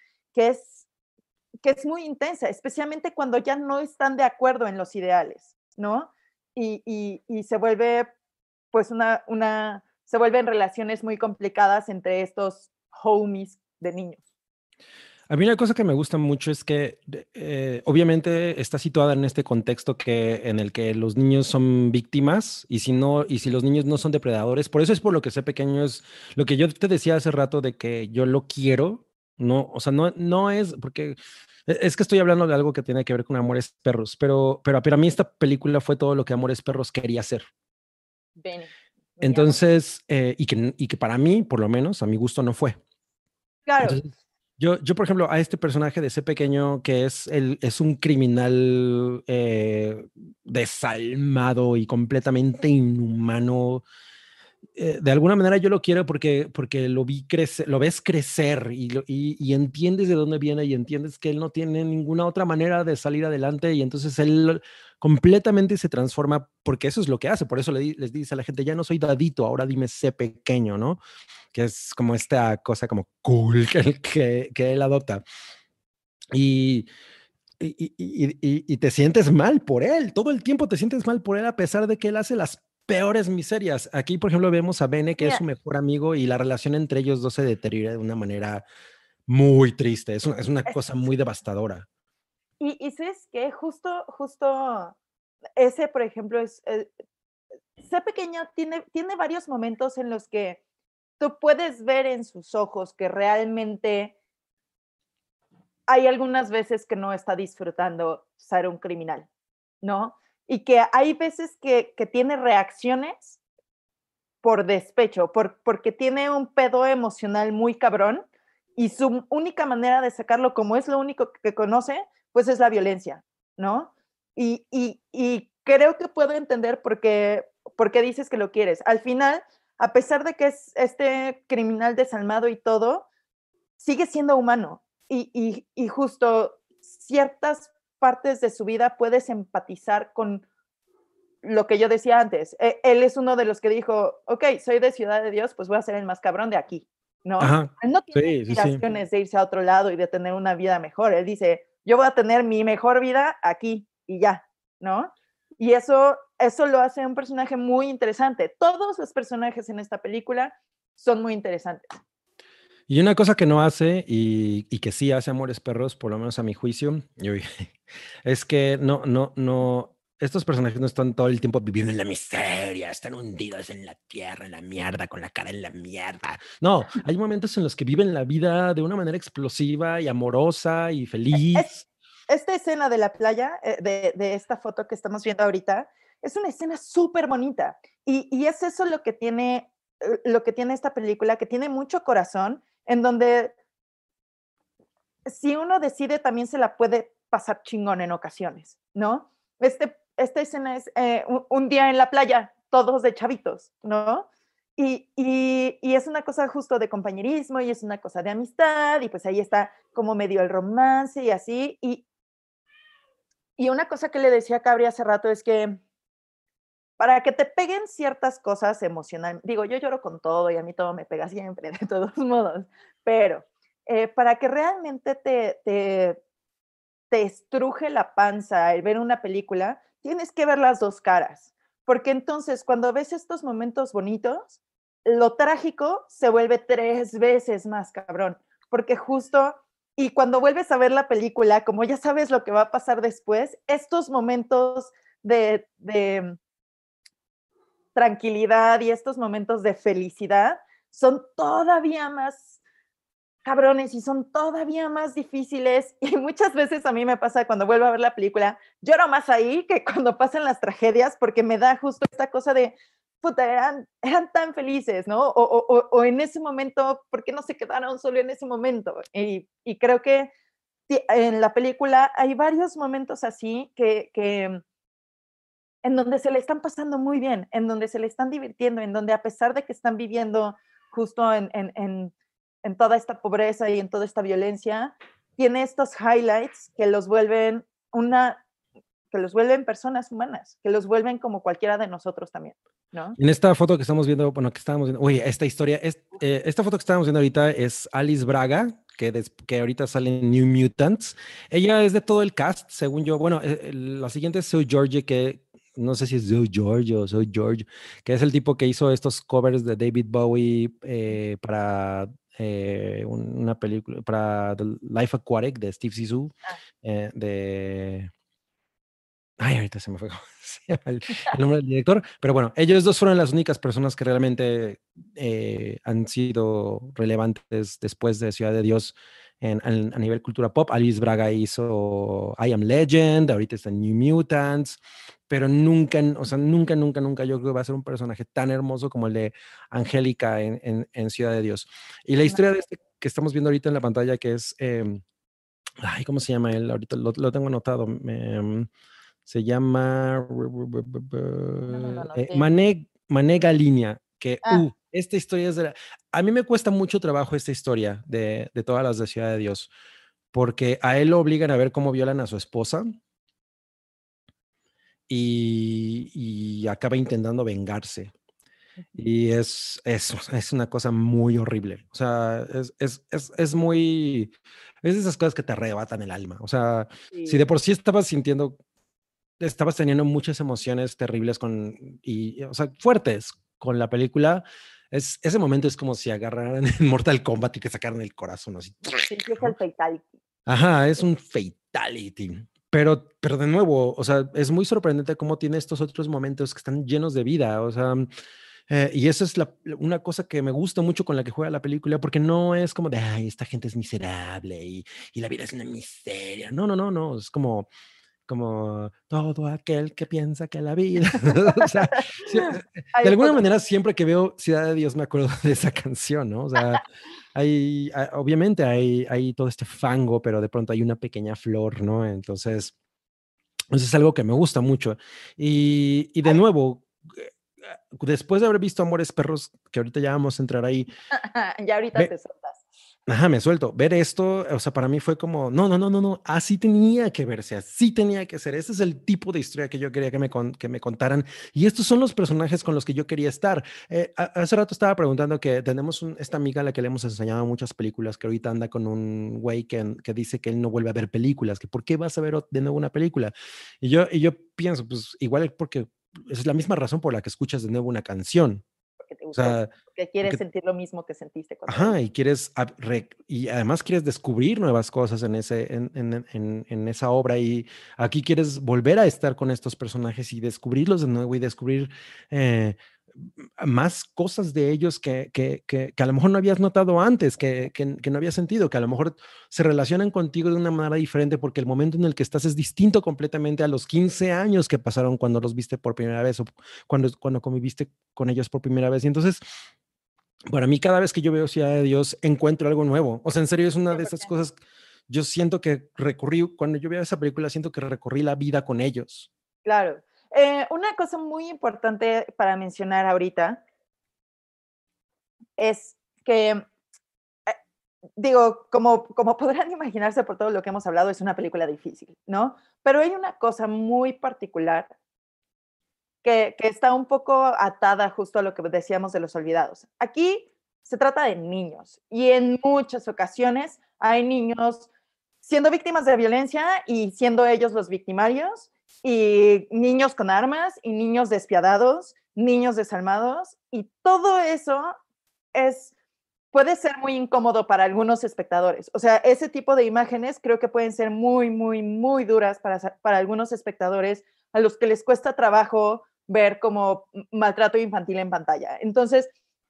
que es muy intensa, especialmente cuando ya no están de acuerdo en los ideales, ¿no? y se vuelve, pues, se vuelven relaciones muy complicadas entre estos homies de niños. A mí una cosa que me gusta mucho es que obviamente está situada en este contexto en el que los niños son víctimas y si los niños no son depredadores, por eso es por lo que Sé Pequeño es lo que yo te decía hace rato de que yo lo quiero, no, o sea, no es porque es que estoy hablando de algo que tiene que ver con Amores Perros, pero para mí esta película fue todo lo que Amores Perros quería hacer. Ven, me llama. Entonces, y que para mí, por lo menos, a mi gusto no fue. Claro, Entonces, yo, por ejemplo, a este personaje de Sé Pequeño, que es un criminal desalmado y completamente inhumano, de alguna manera yo lo quiero porque lo vi crecer, lo ves crecer y entiendes de dónde viene y entiendes que él no tiene ninguna otra manera de salir adelante y entonces él completamente se transforma porque eso es lo que hace. Por eso les dice a la gente, ya no soy Dadito, ahora dime Sé Pequeño, ¿no? Que es como esta cosa como cool que él adopta. Y, y te sientes mal por él, todo el tiempo te sientes mal por él a pesar de que él hace las peores miserias. Aquí, por ejemplo, vemos a Bene, que es su mira, mejor amigo, y la relación entre ellos dos se deteriora de una manera muy triste. Es una cosa muy devastadora. y ¿sabes qué? Justo ese, por ejemplo, Sé Pequeño tiene varios momentos en los que tú puedes ver en sus ojos que realmente hay algunas veces que no está disfrutando ser un criminal, ¿no? Y que hay veces que tiene reacciones por despecho, porque tiene un pedo emocional muy cabrón y su única manera de sacarlo, como es lo único que conoce, pues es la violencia, ¿no? Y creo que puedo entender por qué dices que lo quieres. Al final, a pesar de que es este criminal desalmado y todo, sigue siendo humano y justo ciertas partes de su vida puedes empatizar con lo que yo decía antes. Él es uno de los que dijo, ok, soy de Ciudad de Dios, pues voy a ser el más cabrón de aquí, ¿no? Ajá. Él no tiene Sí, sí, sí. aspiraciones de irse a otro lado y de tener una vida mejor. Él dice, yo voy a tener mi mejor vida aquí y ya, ¿no? Y eso lo hace un personaje muy interesante. Todos los personajes en esta película son muy interesantes. Y una cosa que no hace y que sí hace Amores Perros, por lo menos a mi juicio, es que no, estos personajes no están todo el tiempo viviendo en la miseria, están hundidos en la tierra, en la mierda, con la cara en la mierda. No, hay momentos en los que viven la vida de una manera explosiva y amorosa y Es, feliz. esta escena de la playa, de esta foto que estamos viendo ahorita, es una escena súper bonita. Y es eso lo que tiene esta película, que tiene mucho corazón, en donde si uno decide también se la puede pasar chingón en ocasiones, ¿no? Esta escena es un día en la playa, todos de chavitos, ¿no? Y es una cosa justo de compañerismo y es una cosa de amistad y pues ahí está como medio el romance y así. Y una cosa que le decía a Cabri hace rato es que para que te peguen ciertas cosas emocionales, digo, yo lloro con todo y a mí todo me pega siempre, de todos modos, pero para que realmente te estruje la panza el ver una película, tienes que ver las dos caras, porque entonces cuando ves estos momentos bonitos, lo trágico se vuelve 3 veces más cabrón, porque justo, y cuando vuelves a ver la película, como ya sabes lo que va a pasar después, estos momentos de tranquilidad y estos momentos de felicidad son todavía más cabrones y son todavía más difíciles y muchas veces a mí me pasa cuando vuelvo a ver la película, lloro más ahí que cuando pasan las tragedias porque me da justo esta cosa de, puta, eran tan felices, ¿no? O en ese momento, ¿por qué no se quedaron solo en ese momento? Y creo que en la película hay varios momentos así que en donde se le están pasando muy bien, en donde se le están divirtiendo, en donde a pesar de que están viviendo justo en toda esta pobreza y en toda esta violencia, tiene estos highlights que los vuelven que los vuelven personas humanas, que los vuelven como cualquiera de nosotros también, ¿no? En esta foto que estamos viendo, bueno, que estábamos viendo, oye, esta historia, esta foto que estábamos viendo ahorita es Alice Braga, que ahorita sale en New Mutants. Ella es de todo el cast, según yo. Bueno, la siguiente es Sue Georgie, no sé si es Joe George o Soy George, que es el tipo que hizo estos covers de David Bowie para una película, para The Life Aquatic de Steve Zissou, Ah, de... Ay, ahorita se me fue cómo se llama el nombre del director, pero bueno, ellos dos fueron las únicas personas que realmente han sido relevantes después de Ciudad de Dios a nivel cultura pop. Alice Braga hizo I Am Legend, ahorita está en New Mutants, pero nunca, o sea, nunca, nunca, nunca yo creo que va a ser un personaje tan hermoso como el de Angélica en Ciudad de Dios. Y la no. historia de este que estamos viendo ahorita en la pantalla, que es, ay, ¿cómo se llama él? Ahorita lo tengo anotado. Se llama No me lo anoté. Mané Galinia, que Ah, esta historia es de a mí me cuesta mucho trabajo esta historia de todas las de Ciudad de Dios, porque a él lo obligan a ver cómo violan a su esposa y acaba intentando vengarse. ujú, Y es una cosa muy horrible. O sea, es muy... Es de esas cosas que te arrebatan el alma. O sea, si de sí. por sí estabas teniendo muchas emociones terribles o sea, fuertes con la película, ese momento es como si agarraran en Mortal Kombat y te sacaran el corazón así. Sí, sí es el ¿No? fatality. Ajá, es un fatality. Pero de nuevo, o sea, es muy sorprendente cómo tiene estos otros momentos que están llenos de vida. O sea, y esa es una cosa que me gusta mucho con la que juega la película, porque no es como de, ay, esta gente es miserable y la vida es una miseria. No, no, no, no. Es como todo aquel que piensa que la vida. O sea, de Hay alguna poco. manera, siempre que veo Ciudad de Dios me acuerdo de esa canción, ¿no? O sea, obviamente hay todo este fango, pero de pronto hay una pequeña flor, ¿no? Entonces, eso es algo que me gusta mucho. Y de Hay- nuevo, después de haber visto Amores Perros, que ahorita ya vamos a entrar ahí, Ya ahorita te ve, sueltas. ajá, me suelto. Ver esto, o sea, para mí fue como, no, no, no, no, no, así tenía que verse, así tenía que ser. Ese es el tipo de historia que yo quería que me contaran. Y estos son los personajes con los que yo quería estar. Hace rato estaba preguntando que tenemos esta amiga a la que le hemos enseñado muchas películas, que ahorita anda con un güey que dice que él no vuelve a ver películas, que por qué vas a ver de nuevo una película. Y yo pienso, pues igual es porque esa es la misma razón por la que escuchas de nuevo una canción. Porque te O gustó, sea, porque quieres porque sentir lo mismo que sentiste cuando la ajá, viste. y además quieres descubrir nuevas cosas en esa obra y aquí quieres volver a estar con estos personajes y descubrirlos de nuevo y descubrir eh, más cosas de ellos que a lo mejor no habías notado antes, que no habías sentido, que a lo mejor se relacionan contigo de una manera diferente porque el momento en el que estás es distinto completamente a los 15 años que pasaron cuando los viste por primera vez o cuando conviviste con ellos por primera vez. Y entonces para mí, cada vez que yo veo Ciudad de Dios, encuentro algo nuevo. O sea, en serio, es una de esas 100%. cosas. Yo siento que cuando yo veo esa película, siento que recorrí la vida con ellos. Claro. Una cosa muy importante para mencionar ahorita es que, digo, como podrán imaginarse por todo lo que hemos hablado, es una película difícil, ¿no? Pero hay una cosa muy particular que está un poco atada justo a lo que decíamos de los olvidados. Aquí se trata de niños y en muchas ocasiones hay niños siendo víctimas de violencia y siendo ellos los victimarios, y niños con armas y niños despiadados, niños desalmados, y todo eso es puede ser muy incómodo para algunos espectadores. O sea, ese tipo de imágenes creo que pueden ser muy, muy, muy duras para algunos espectadores a los que les cuesta trabajo ver como maltrato infantil en pantalla. Entonces,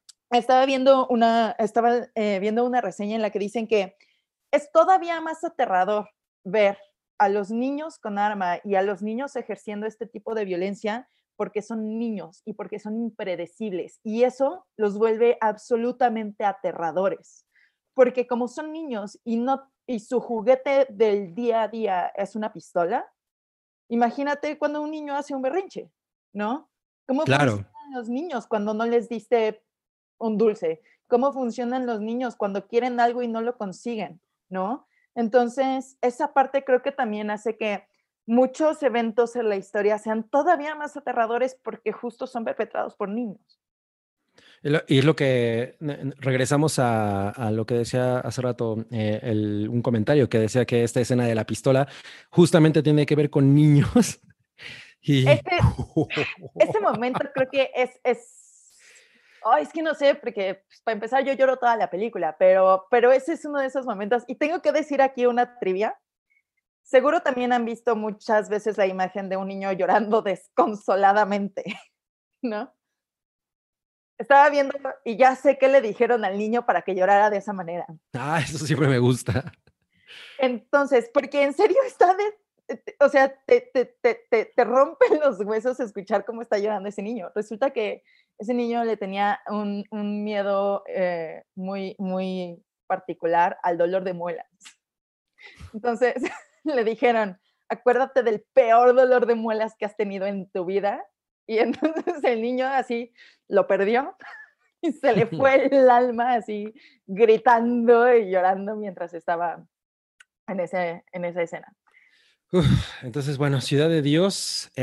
estaba viendo una reseña en la que dicen que es todavía más aterrador ver a los niños con arma y a los niños ejerciendo este tipo de violencia porque son niños y porque son impredecibles. Y eso los vuelve absolutamente aterradores. Porque como son niños y su juguete del día a día es una pistola, imagínate cuando un niño hace un berrinche, ¿no? ¿Cómo Claro. funcionan los niños cuando no les diste un dulce? ¿Cómo funcionan los niños cuando quieren algo y no lo consiguen? ¿No? Entonces, esa parte creo que también hace que muchos eventos en la historia sean todavía más aterradores porque justo son perpetrados por niños. Y es lo que regresamos a lo que decía hace rato un comentario que decía que esta escena de la pistola justamente tiene que ver con niños Y... Ese momento creo que es que no sé, porque pues, para empezar yo lloro toda la película, pero ese es uno de esos momentos. Y tengo que decir aquí una trivia. Seguro también han visto muchas veces la imagen de un niño llorando desconsoladamente, ¿no? Estaba viendo y ya sé qué le dijeron al niño para que llorara de esa manera. Ah, eso siempre me gusta. Entonces, porque en serio o sea, te rompen los huesos escuchar cómo está llorando ese niño. Resulta que ese niño le tenía un miedo muy, muy particular al dolor de muelas. Entonces, le dijeron, acuérdate del peor dolor de muelas que has tenido en tu vida. Y entonces el niño así lo perdió y se le fue el alma así gritando y llorando mientras estaba en esa escena. Entonces, bueno, Ciudad de Dios,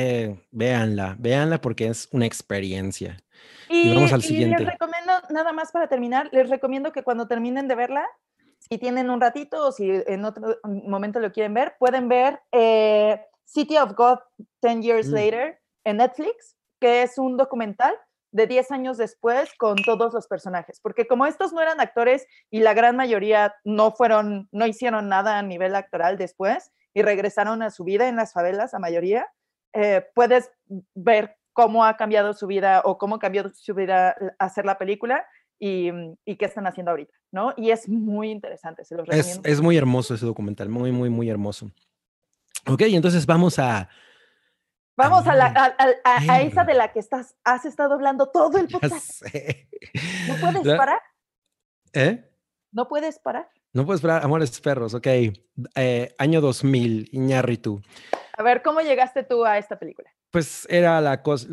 véanla porque es una experiencia. Y vamos al Y les siguiente. recomiendo, nada más para terminar, les recomiendo que cuando terminen de verla, si tienen un ratito o si en otro momento lo quieren ver, pueden ver City of God 10 Years Later en Netflix, que es un documental de 10 años después con todos los personajes, porque como estos no eran actores y la gran mayoría no hicieron nada a nivel actoral después y regresaron a su vida en las favelas, la mayoría, puedes ver cómo ha cambiado su vida o cómo cambió su vida hacer la película y qué están haciendo ahorita, ¿no? Y es muy interesante, se los recomiendo. Es muy hermoso ese documental, muy, muy, muy hermoso. Ok, entonces vamos a Vamos a esa de Perro. la que has estado hablando todo el Ya podcast. sé. ¿No puedes parar? ¿Eh? ¿No puedes parar? No puedes esperar, Amores Perros, ok. Año 2000, Iñárritu. A ver, ¿cómo llegaste tú a esta película? Pues era la cosa,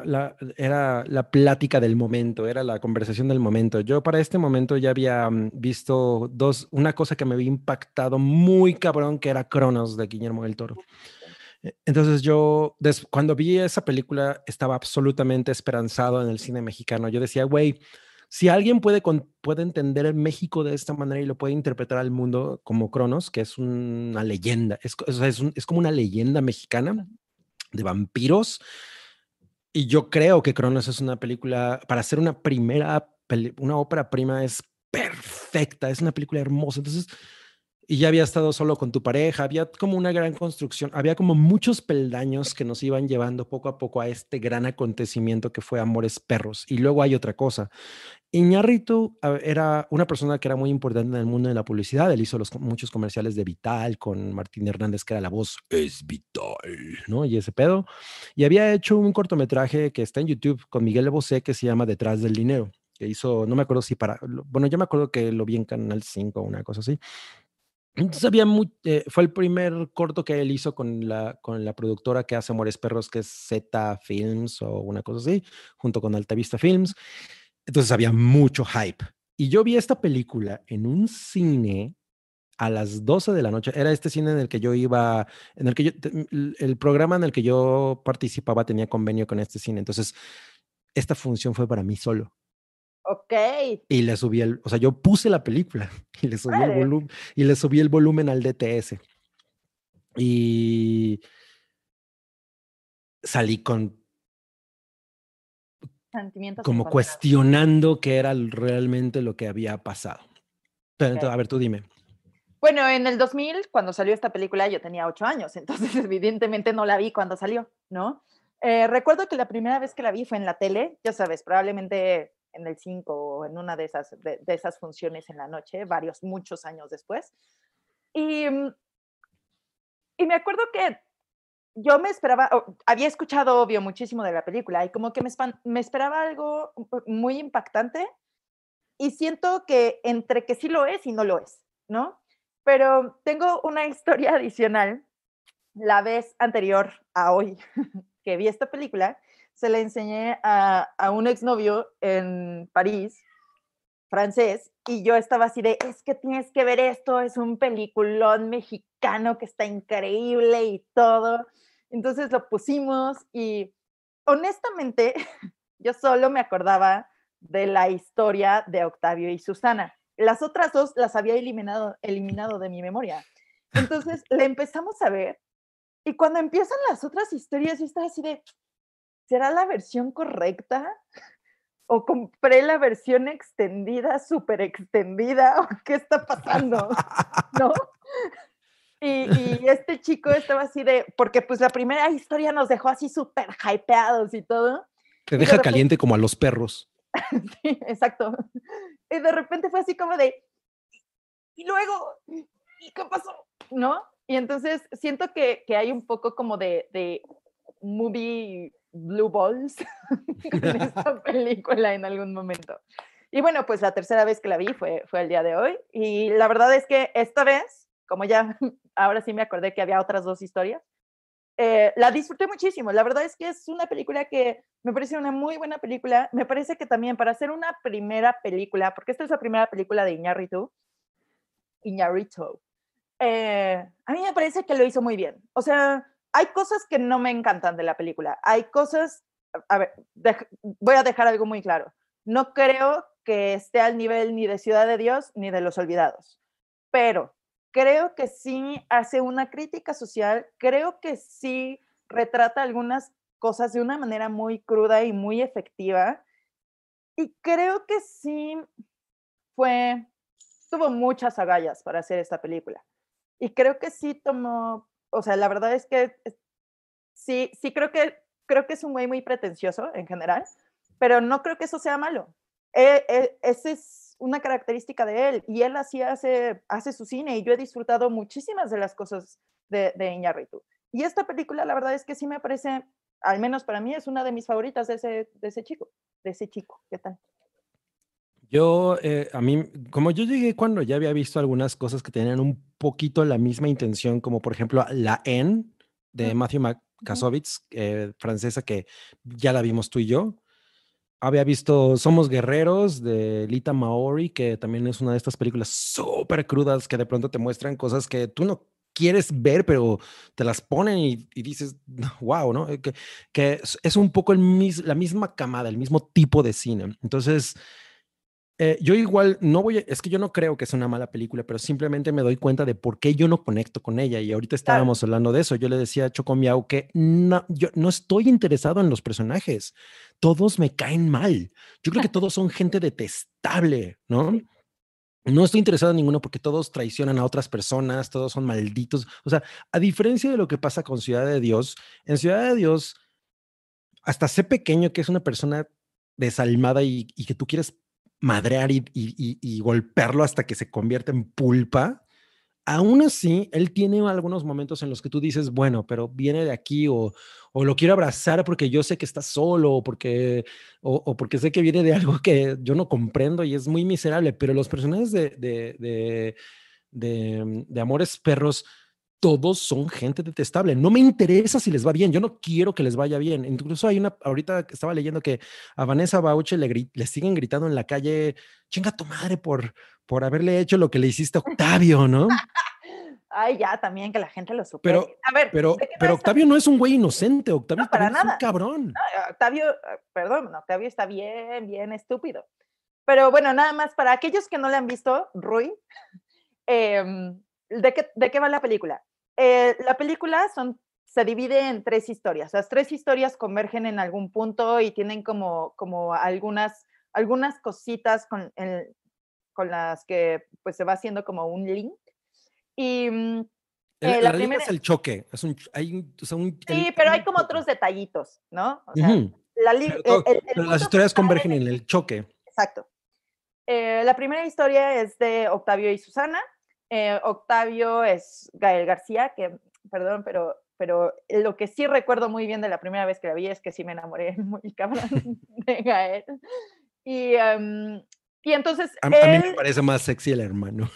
era la plática del momento, era la conversación del momento. Yo para este momento ya había visto una cosa que me había impactado muy cabrón, que era Cronos de Guillermo del Toro. Entonces yo, cuando vi esa película, estaba absolutamente esperanzado en el cine mexicano. Yo decía, güey, si alguien puede entender el México de esta manera y lo puede interpretar al mundo como Cronos, que es una leyenda, o sea, es como una leyenda mexicana de vampiros. Y yo creo que Cronos es una película, para hacer una ópera prima es perfecta, es una película hermosa. Entonces, y ya había estado solo con tu pareja, había como una gran construcción, había como muchos peldaños que nos iban llevando poco a poco a este gran acontecimiento que fue Amores Perros. Y luego hay otra cosa. Iñárritu era una persona que era muy importante en el mundo de la publicidad. Él hizo muchos comerciales de Vital con Martín Hernández, que era la voz, es Vital, ¿no? Y ese pedo. Y había hecho un cortometraje que está en YouTube con Miguel Bosé que se llama Detrás del Dinero, que hizo, no me acuerdo si bueno, yo me acuerdo que lo vi en Canal 5 o una cosa así. Entonces fue el primer corto que él hizo con la productora que hace Amores Perros, que es Z Films o una cosa así, junto con Altavista Films. Entonces había mucho hype. Y yo vi esta película en un cine a las 12 de la noche. Era este cine en el que yo iba, en el que el programa en el que yo participaba tenía convenio con este cine. Entonces, esta función fue para mí solo. Ok. Y le subí o sea, yo puse la película y le subí el volumen y le subí el volumen al DTS. Y salí como cuestionando qué era realmente lo que había pasado. Pero entonces, a ver, tú dime. Bueno, en el 2000, cuando salió esta película, yo tenía 8 años, entonces evidentemente no la vi cuando salió, ¿no? Recuerdo que la primera vez que la vi fue en la tele, ya sabes, probablemente en el 5 o en una de esas funciones en la noche, muchos años después. Y me acuerdo que yo me esperaba, había escuchado, obvio, muchísimo de la película y como que me esperaba algo muy impactante y siento que entre que sí lo es y no lo es, ¿no? Pero tengo una historia adicional. La vez anterior a hoy que vi esta película, se la enseñé a un exnovio en París, francés, y yo estaba así de, es que tienes que ver esto, es un peliculón mexicano que está increíble y todo. Entonces lo pusimos y honestamente yo solo me acordaba de la historia de Octavio y Susana. Las otras dos las había eliminado de mi memoria. Entonces le empezamos a ver Y cuando empiezan las otras historias, yo estaba así de, ¿será la versión correcta? ¿O compré la versión extendida, súper extendida? ¿O qué está pasando? ¿No? Y este chico estaba así de, porque pues la primera historia nos dejó así súper hypeados y todo. Te Y de deja repente, caliente como a los perros. sí, exacto. Y de repente fue así como de, y luego, ¿y qué pasó? ¿No? Y entonces siento que hay un poco como de movie blue balls con esta película en algún momento. Y bueno, pues la tercera vez que la vi fue el día de hoy. Y la verdad es que esta vez, como ya ahora sí me acordé que había otras dos historias, la disfruté muchísimo. La verdad es que es una película que me parece una muy buena película. Me parece que también para hacer una primera película, porque esta es la primera película de Iñárritu, a mí me parece que lo hizo muy bien. O sea, hay cosas que no me encantan de la película. Hay cosas, a ver, voy a dejar algo muy claro. No creo que esté al nivel ni de Ciudad de Dios ni de Los Olvidados, pero creo que sí hace una crítica social, creo que sí retrata algunas cosas de una manera muy cruda y muy efectiva, y creo que sí fue, tuvo muchas agallas para hacer esta película. Y creo que sí tomó, o sea, la verdad es que sí creo que es un güey muy pretencioso en general, pero no creo que eso sea malo. Esa es una característica de él, y él así hace su cine, y yo he disfrutado muchísimas de las cosas de Iñárritu. Y esta película, la verdad es que sí me parece, al menos para mí, es una de mis favoritas de ese chico. ¿Qué tal? A mí, como yo llegué cuando ya había visto algunas cosas que tenían un poquito la misma intención, como por ejemplo La N de Mm, Matthew ujú. Kassovitz, francesa, que ya la vimos tú y yo. Había visto Somos Guerreros de Lita Maori, que también es una de estas películas súper crudas que de pronto te muestran cosas que tú no quieres ver, pero te las ponen y dices, wow, ¿no? Que es un poco la misma camada, el mismo tipo de cine. Entonces, yo igual no es que yo no creo que sea una mala película, pero simplemente me doy cuenta de por qué yo no conecto con ella. Y ahorita Claro. estábamos hablando de eso. Yo le decía a Choco Miau que no, yo no estoy interesado en los personajes. Todos me caen mal. Yo creo que todos son gente detestable, ¿no? Sí. No estoy interesado en ninguno porque todos traicionan a otras personas, todos son malditos. O sea, a diferencia de lo que pasa con Ciudad de Dios, en Ciudad de Dios, hasta sé pequeño que es una persona desalmada y que tú quieres madrear y golpearlo hasta que se convierte en pulpa. Aún así, él tiene algunos momentos en los que tú dices, bueno, pero viene de aquí o lo quiero abrazar porque yo sé que está solo o porque sé que viene de algo que yo no comprendo y es muy miserable, pero los personajes de Amores Perros, todos son gente detestable. No me interesa si les va bien. Yo no quiero que les vaya bien. Incluso ahorita que estaba leyendo que a Vanessa Bauche le siguen gritando en la calle, chinga tu madre por haberle hecho lo que le hiciste a Octavio, ¿no? Ay, ya, también que la gente lo supere. Pero, A ver, ¿de pero, qué va pero esta Octavio no es película? un güey inocente. Octavio No, para también es un nada. cabrón. Octavio, perdón, Octavio está bien, bien estúpido. Pero bueno, nada más para aquellos que no le han visto, Rui, ¿de qué va la película? La película se divide en tres historias. Las tres historias convergen en algún punto y tienen como algunas cositas con las que pues se va haciendo como un link. Y la La liga primera, es el choque. O sea, sí, pero hay como otros detallitos, ¿no? O sea, Ujú. el Pero las punto historias principal convergen en el choque. exacto. La primera historia es de Octavio y Susana. Octavio es Gael García, que, perdón, pero lo que sí recuerdo muy bien de la primera vez que la vi es que sí me enamoré muy cabrón de Gael. Y, y entonces A mí me él, parece más sexy el hermano.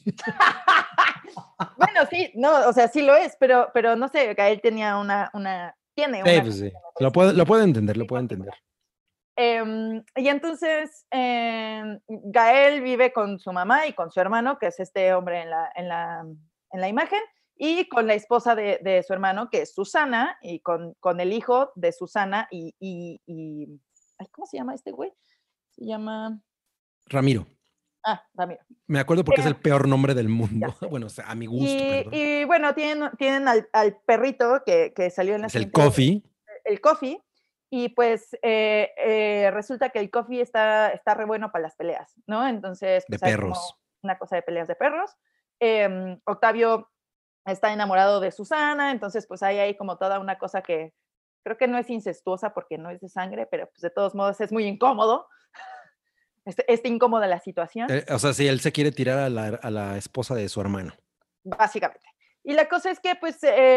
bueno, sí, no, o sea, sí lo es, pero no sé, Gael tiene Sí, una pues cosa sí. que me parece Lo puedo entender, lo muy puedo entender. particular. Y entonces Gael vive con su mamá y con su hermano, que es este hombre en la imagen, y con la esposa de su hermano, que es Susana, y con el hijo de Susana ay, ¿cómo se llama este güey? Se llama Ramiro. Ramiro. Me acuerdo porque es el peor nombre del mundo. Ya. Bueno, o sea, a mi gusto, perdón. Y bueno, tienen al perrito que salió en la Es el siguiente, Coffee. el Coffee, y pues resulta que el Coffee está re bueno para las peleas, ¿no? Entonces, De pues hay perros. como una cosa de peleas de perros. Octavio está enamorado de Susana, entonces pues hay como toda una cosa que creo que no es incestuosa porque no es de sangre, pero pues de todos modos es muy incómodo. Está incómoda la situación. O sea, sí, él se quiere tirar a la esposa de su hermano. Básicamente. Y la cosa es que, pues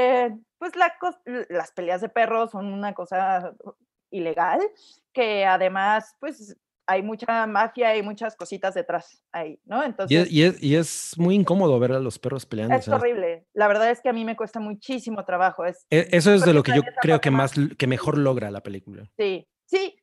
las peleas de perros son una cosa ilegal, que además, pues, hay mucha mafia y muchas cositas detrás ahí, ¿no? Entonces, Y es muy incómodo ver a los perros peleando. es horrible. La verdad es que a mí me cuesta muchísimo trabajo. Eso es de lo que yo es la creo parte que mejor logra la película. Sí, sí,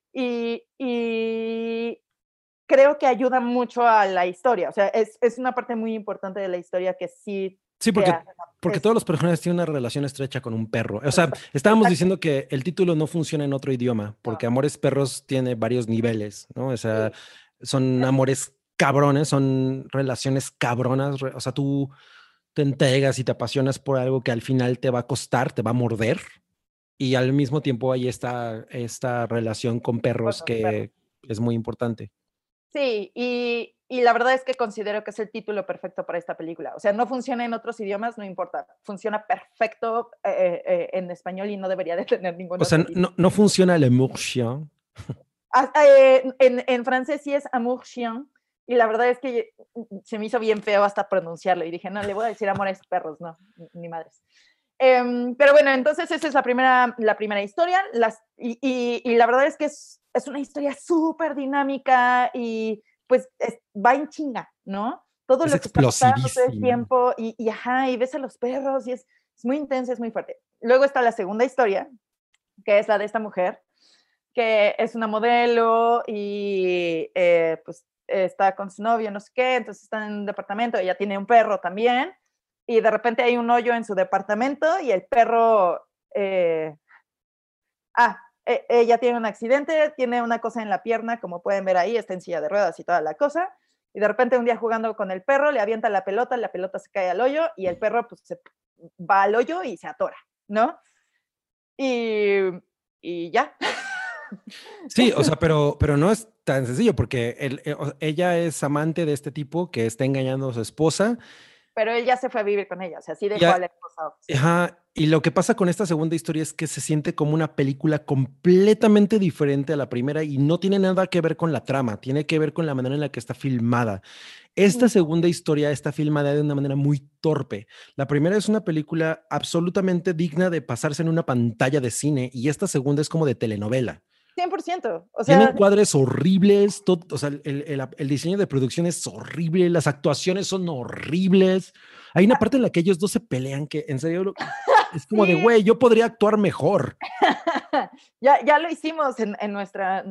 y creo que ayuda mucho a la historia. O sea, es una parte muy importante de la historia que sí. Sí, porque todos los personajes tienen una relación estrecha con un perro. O sea, estábamos Exacto. diciendo que el título no funciona en otro idioma, porque Amores Perros tiene varios niveles, ¿no? O sea, son amores cabrones, son relaciones cabronas. O sea, tú te entregas y te apasionas por algo que al final te va a costar, te va a morder. Y al mismo tiempo hay esta relación con perros que es muy importante. Sí, y la verdad es que considero que es el título perfecto para esta película. O sea, no funciona en otros idiomas, no importa. Funciona perfecto en español y no debería de tener ningún O sea, otro título. no funciona l'amour chien. En francés sí es amour chien, y la verdad es que se me hizo bien feo hasta pronunciarlo, y dije, no, le voy a decir amores perros, no, ni madres. Pero bueno, entonces esa es la primera historia, y la verdad es que es una historia súper dinámica y pues va en chinga, ¿no? Todo Es lo que está pasando todo el explosivísima. tiempo y ves a los perros y es muy intensa, es muy fuerte. Luego está la segunda historia, que es la de esta mujer, que es una modelo y pues está con su novio, no sé qué, entonces están en un departamento, ella tiene un perro también, y de repente hay un hoyo en su departamento y el perro, ella tiene un accidente, tiene una cosa en la pierna, como pueden ver ahí, está en silla de ruedas y toda la cosa, y de repente un día jugando con el perro, le avienta la pelota se cae al hoyo y el perro pues se va al hoyo y se atora, ¿no? Y ya. Sí, o sea, pero no es tan sencillo porque ella es amante de este tipo que está engañando a su esposa. Pero él ya se fue a vivir con ella, o sea, sí dejó a la esposa. Ajá, y lo que pasa con esta segunda historia es que se siente como una película completamente diferente a la primera y no tiene nada que ver con la trama, tiene que ver con la manera en la que está filmada. Esta segunda historia está filmada de una manera muy torpe. La primera es una película absolutamente digna de pasarse en una pantalla de cine y esta segunda es como de telenovela. 100%. O Tienen sea, cuadres horribles, o sea, el diseño de producción es horrible, las actuaciones son horribles. Hay una parte en la que ellos dos se pelean que en serio es como de, güey, yo podría actuar mejor. ya lo hicimos en nuestra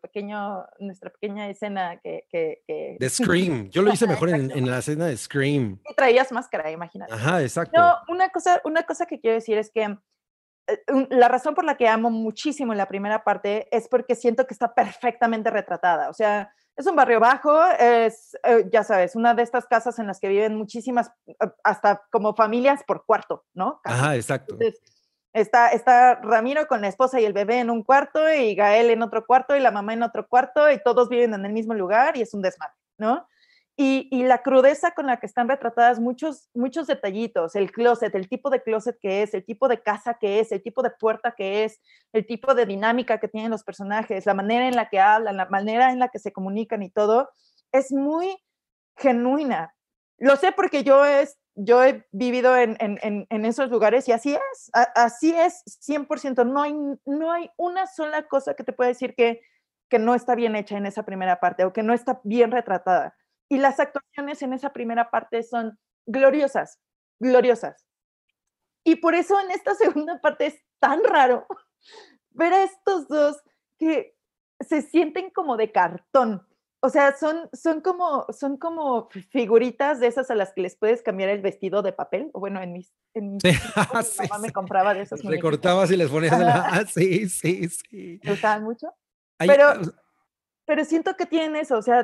pequeña escena De Scream. Yo lo hice mejor en la escena de Scream. Y traías máscara, imagínate. Ajá, exacto. No, una cosa que quiero decir es que la razón por la que amo muchísimo la primera parte es porque siento que está perfectamente retratada. O sea, es un barrio bajo, es, ya sabes, una de estas casas en las que viven muchísimas, hasta como familias por cuarto, ¿no? Casi. Ajá, exacto. Entonces, está Ramiro con la esposa y el bebé en un cuarto y Gael en otro cuarto y la mamá en otro cuarto y todos viven en el mismo lugar y es un desmadre, ¿no? Y la crudeza con la que están retratadas muchos detallitos, el closet, el tipo de closet que es, el tipo de casa que es, el tipo de puerta que es, el tipo de dinámica que tienen los personajes, la manera en la que hablan, la manera en la que se comunican y todo, es muy genuina. Lo sé porque yo he vivido en esos lugares y así es 100%. No hay una sola cosa que te pueda decir que no está bien hecha en esa primera parte o que no está bien retratada. Y las actuaciones en esa primera parte son gloriosas, gloriosas. Y por eso en esta segunda parte es tan raro ver a estos dos que se sienten como de cartón. O sea, son como figuritas de esas a las que les puedes cambiar el vestido de papel. O bueno, en mis sí, mi mamá me compraba de esos. Recortabas y les ponías sí. Me gustaban mucho. Hay, Pero siento que tienen eso, o sea,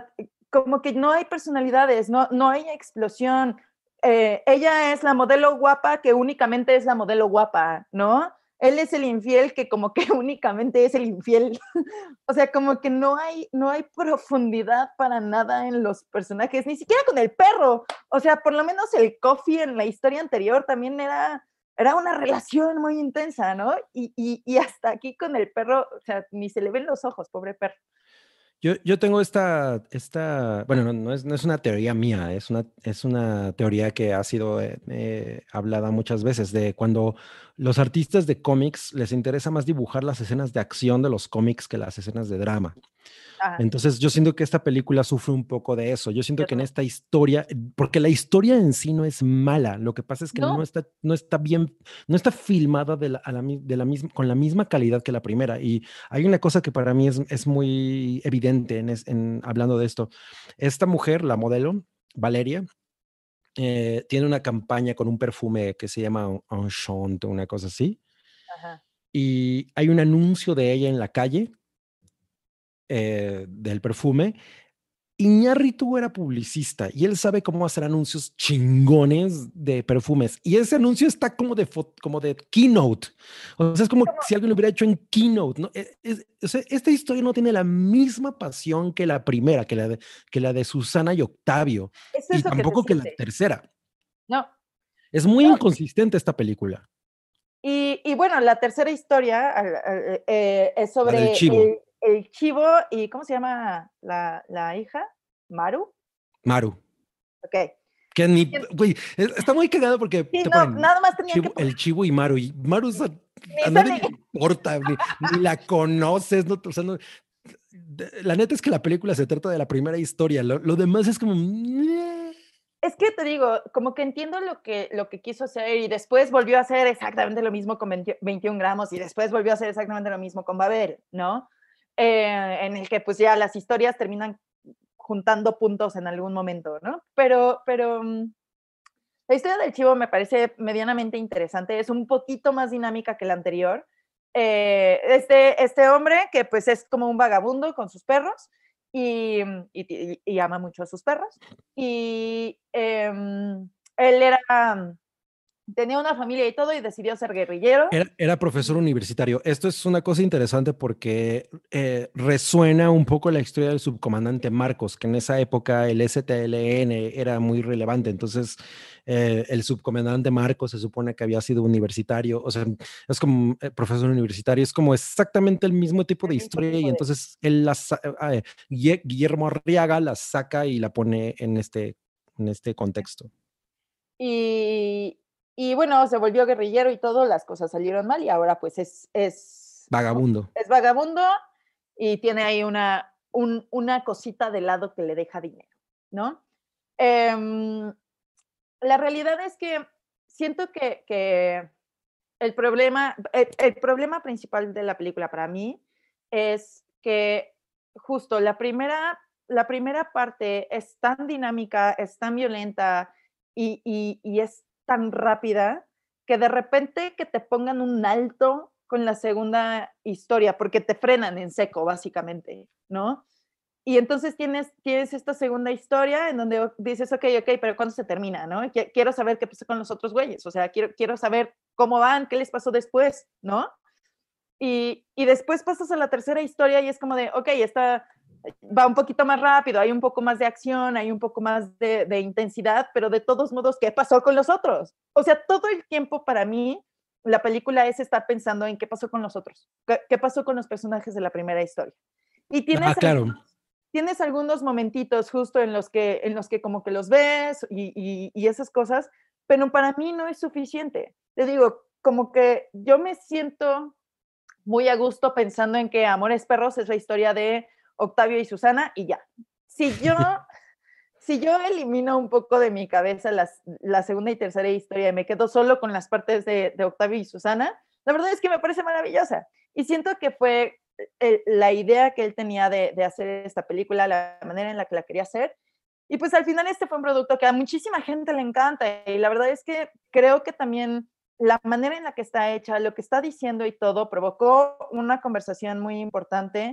como que no hay personalidades, no hay explosión. Ella es la modelo guapa que únicamente es la modelo guapa, ¿no? Él es el infiel que como que únicamente es el infiel. O sea, como que no hay profundidad para nada en los personajes, ni siquiera con el perro. O sea, por lo menos el Coffee en la historia anterior también era una relación muy intensa, ¿no? Y hasta aquí con el perro, o sea, ni se le ven los ojos, pobre perro. Yo tengo bueno, no es una teoría mía, es una teoría que ha sido hablada muchas veces, de cuando los artistas de cómics les interesa más dibujar las escenas de acción de los cómics que las escenas de drama. Ajá, Entonces yo siento que esta película sufre un poco de eso. Yo siento que en cierto. esta historia, porque la historia en sí no es mala, lo que pasa es que No, no está bien, no está filmada con la misma calidad que la primera. Y hay una cosa que para mí es muy evidente hablando de esto. Esta mujer, la modelo, Valeria, tiene una campaña con un perfume que se llama Enchant, una cosa así. ajá. Y hay un anuncio de ella en la calle del perfume. Iñárritu era publicista y él sabe cómo hacer anuncios chingones de perfumes. Y ese anuncio está como de Keynote. O sea, es como si alguien lo hubiera hecho en Keynote, ¿no? O sea, esta historia no tiene la misma pasión que la primera, que la de Susana y Octavio, Eso y es lo que se tampoco que la siente. tercera. No, Es muy no. inconsistente esta película, Y bueno, la tercera historia es la del sobre chivo, el chivo y ¿cómo se llama la hija? ¿Maru? Maru. Ok. Que ni, güey, está muy cagado porque Sí, te no, ponen nada más tenían que poner. el chivo y Maru. Y Maru Ni a nadie le sale. importa, ni la conoces, no, o sea, la neta es que la película se trata de la primera historia. Lo demás es como. Es que te digo, como que entiendo lo que quiso hacer y después volvió a hacer exactamente lo mismo con 21 gramos y después volvió a hacer exactamente lo mismo con Babel, ¿no? En el que pues ya las historias terminan juntando puntos en algún momento, ¿no? Pero la historia del chivo me parece medianamente interesante, es un poquito más dinámica que la anterior. Este hombre que pues es como un vagabundo con sus perros y ama mucho a sus perros. Y él tenía una familia y todo y decidió ser guerrillero. Era profesor universitario. Esto es una cosa interesante porque resuena un poco la historia del subcomandante Marcos, que en esa época el STLN era muy relevante. Entonces, el subcomandante Marcos se supone que había sido universitario, o sea, es como profesor universitario, es como exactamente el mismo tipo El de mismo historia y tipo de... entonces Guillermo Arriaga la saca y la pone en este contexto. Y, y bueno, se volvió guerrillero y todo, las cosas salieron mal y ahora pues Vagabundo. es vagabundo y tiene ahí una cosita de lado que le deja dinero, ¿no? Em, la realidad es que siento que el problema principal de la película para mí es que justo la primera parte es tan dinámica, es tan violenta y es tan rápida que de repente que te pongan un alto con la segunda historia, porque te frenan en seco, básicamente, ¿no? Y entonces tienes esta segunda historia en donde dices, ok, pero ¿cuándo se termina? ¿No? Quiero saber qué pasó con los otros güeyes, o sea, quiero saber cómo van, qué les pasó después, ¿no? Y después pasas a la tercera historia y es como de, ok, esta va un poquito más rápido, hay un poco más de acción, hay un poco más de intensidad, pero de todos modos, ¿qué pasó con los otros? O sea, todo el tiempo para mí, la película es estar pensando en qué pasó con los otros, qué pasó con los personajes de la primera historia. Y Ah, claro. tienes algunos momentitos justo en los que como que los ves y esas cosas, pero para mí no es suficiente. Te digo, como que yo me siento muy a gusto pensando en que Amores Perros es la historia de Octavio y Susana y ya. Si yo, si yo elimino un poco de mi cabeza la segunda y tercera historia y me quedo solo con las partes de Octavio y Susana, la verdad es que me parece maravillosa. Y siento que fue la idea que él tenía de hacer esta película, la manera en la que la quería hacer. Y pues al final este fue un producto que a muchísima gente le encanta. Y la verdad es que creo que también la manera en la que está hecha, lo que está diciendo y todo, provocó una conversación muy importante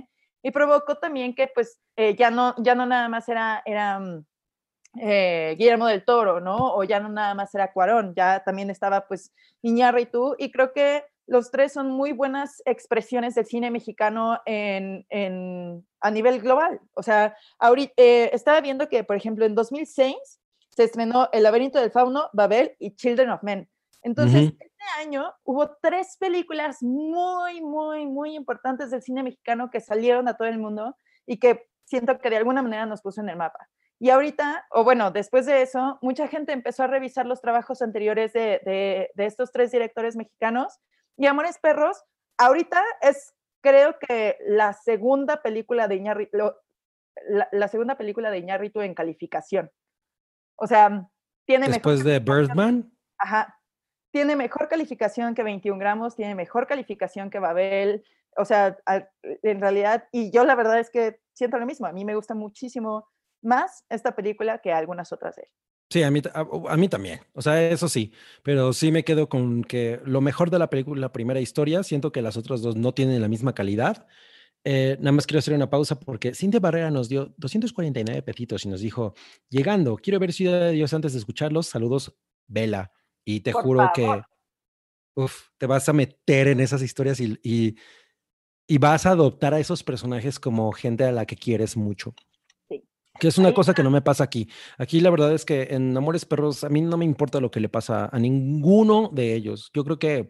y provocó también que pues ya no nada más era Guillermo del Toro, ¿no? O ya no nada más era Cuarón, ya también estaba pues Iñárritu, y creo que los tres son muy buenas expresiones del cine mexicano a nivel global. O sea, ahorita estaba viendo que, por ejemplo, en 2006 se estrenó El laberinto del fauno, Babel y Children of Men. Entonces, este año hubo 3 películas muy, muy, muy importantes del cine mexicano que salieron a todo el mundo y que siento que de alguna manera nos puso en el mapa. Y ahorita, o bueno, después de eso, mucha gente empezó a revisar los trabajos anteriores de estos 3 directores mexicanos, y Amores Perros ahorita es, creo que la segunda película de Iñárritu, la segunda película de Iñárritu en calificación. O sea, tiene después de Birdman. Ajá. Tiene mejor calificación que 21 gramos, tiene mejor calificación que Babel. O sea, en realidad, y yo la verdad es que siento lo mismo. A mí me gusta muchísimo más esta película que algunas otras de él. Sí, a mí también. O sea, eso sí, pero sí me quedo con que lo mejor de la película, la primera historia, siento que las otras dos no tienen la misma calidad. Nada más quiero hacer una pausa porque Cintia Barrera nos dio 249 pesitos y nos dijo, llegando, quiero ver Ciudad de Dios antes de escucharlos. Saludos, Vela. Y te Por juro favor. que te vas a meter en esas historias y vas a adoptar a esos personajes como gente a la que quieres mucho. Sí. Que es una cosa que no me pasa aquí. Aquí la verdad es que en Amores Perros a mí no me importa lo que le pasa a ninguno de ellos. Yo creo que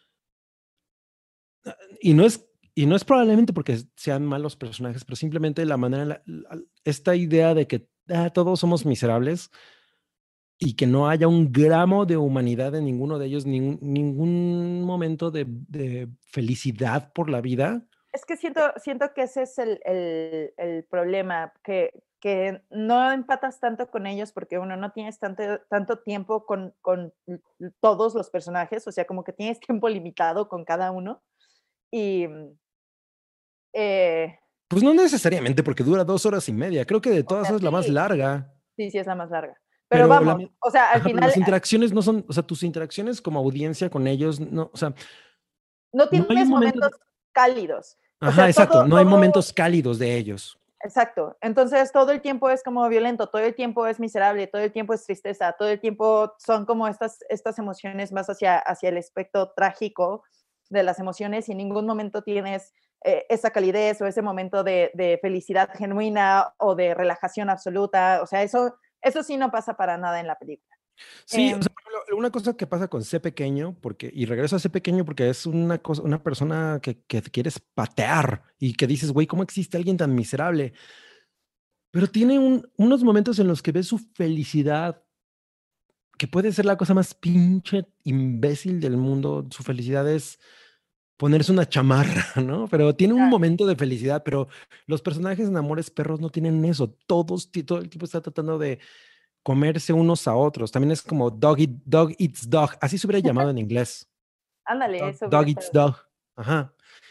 y no es probablemente porque sean malos personajes, pero simplemente la manera, esta idea de que todos somos miserables y que no haya un gramo de humanidad en ninguno de ellos, ningún momento de felicidad por la vida. Es que siento que ese es el problema, que no empatas tanto con ellos porque uno no tienes tanto tiempo con todos los personajes, o sea, como que tienes tiempo limitado con cada uno. Y pues no necesariamente porque dura 2 horas y media. Creo que de todas es la más larga. Sí, es la más larga. Pero vamos, o sea, al final... Las interacciones no son, o sea, tus interacciones como audiencia con ellos, no, o sea... No tienes momentos cálidos. Ajá, o sea, exacto, no hay momentos cálidos de ellos. Exacto. Entonces, todo el tiempo es como violento, todo el tiempo es miserable, todo el tiempo es tristeza, todo el tiempo son como estas emociones más hacia el aspecto trágico de las emociones, y en ningún momento tienes esa calidez o ese momento de felicidad genuina o de relajación absoluta. O sea, eso sí no pasa para nada en la película. Sí, o sea, una cosa que pasa con C pequeño, y regreso a C pequeño porque es una persona que quieres patear y que dices, güey, ¿cómo existe alguien tan miserable? Pero tiene unos momentos en los que ves su felicidad, que puede ser la cosa más pinche imbécil del mundo. Su felicidad es ponerse una chamarra, ¿no? Pero tiene un momento de felicidad, pero los personajes en Amores Perros no tienen eso. Todo el tiempo está tratando de comerse unos a otros. También es como dog eats dog. Así se hubiera llamado en inglés. Ándale, eso. Dog eats dog. Ajá.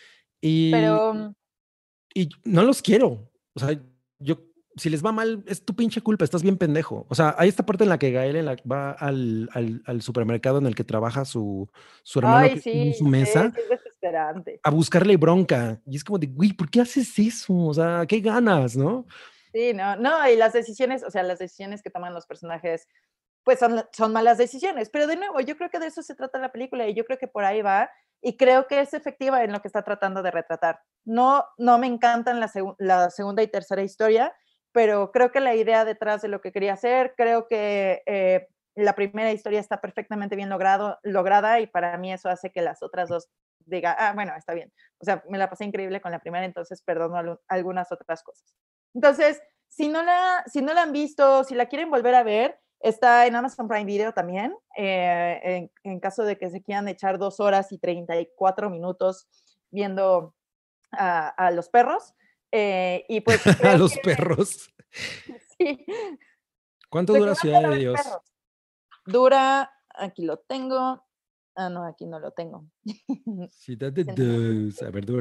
Pero... Y no los quiero. O sea, si les va mal, es tu pinche culpa, estás bien pendejo. O sea, hay esta parte en la que Gael va al supermercado en el que trabaja su hermano en su mesa. Sí, es desesperante. A buscarle bronca. Y es como de, güey, ¿por qué haces eso? O sea, ¿qué ganas, no? Sí, no, y las decisiones, o sea, las decisiones que toman los personajes, pues son malas decisiones. Pero de nuevo, yo creo que de eso se trata la película y yo creo que por ahí va, y creo que es efectiva en lo que está tratando de retratar. No me encantan la segunda y tercera historia, pero creo que la idea detrás de lo que quería hacer, creo que la primera historia está perfectamente bien lograda, y para mí eso hace que las otras dos diga, bueno, está bien. O sea, me la pasé increíble con la primera, entonces perdono algunas otras cosas. Entonces, si no la han visto, si la quieren volver a ver, está en Amazon Prime Video también, en caso de que se quieran echar 2 horas y 34 minutos viendo a los perros. Y pues a los perros. Sí. ¿Cuánto dura Ciudad de Dios? Dura, aquí lo tengo. No, aquí no lo tengo. Ciudad de Dios. A ver,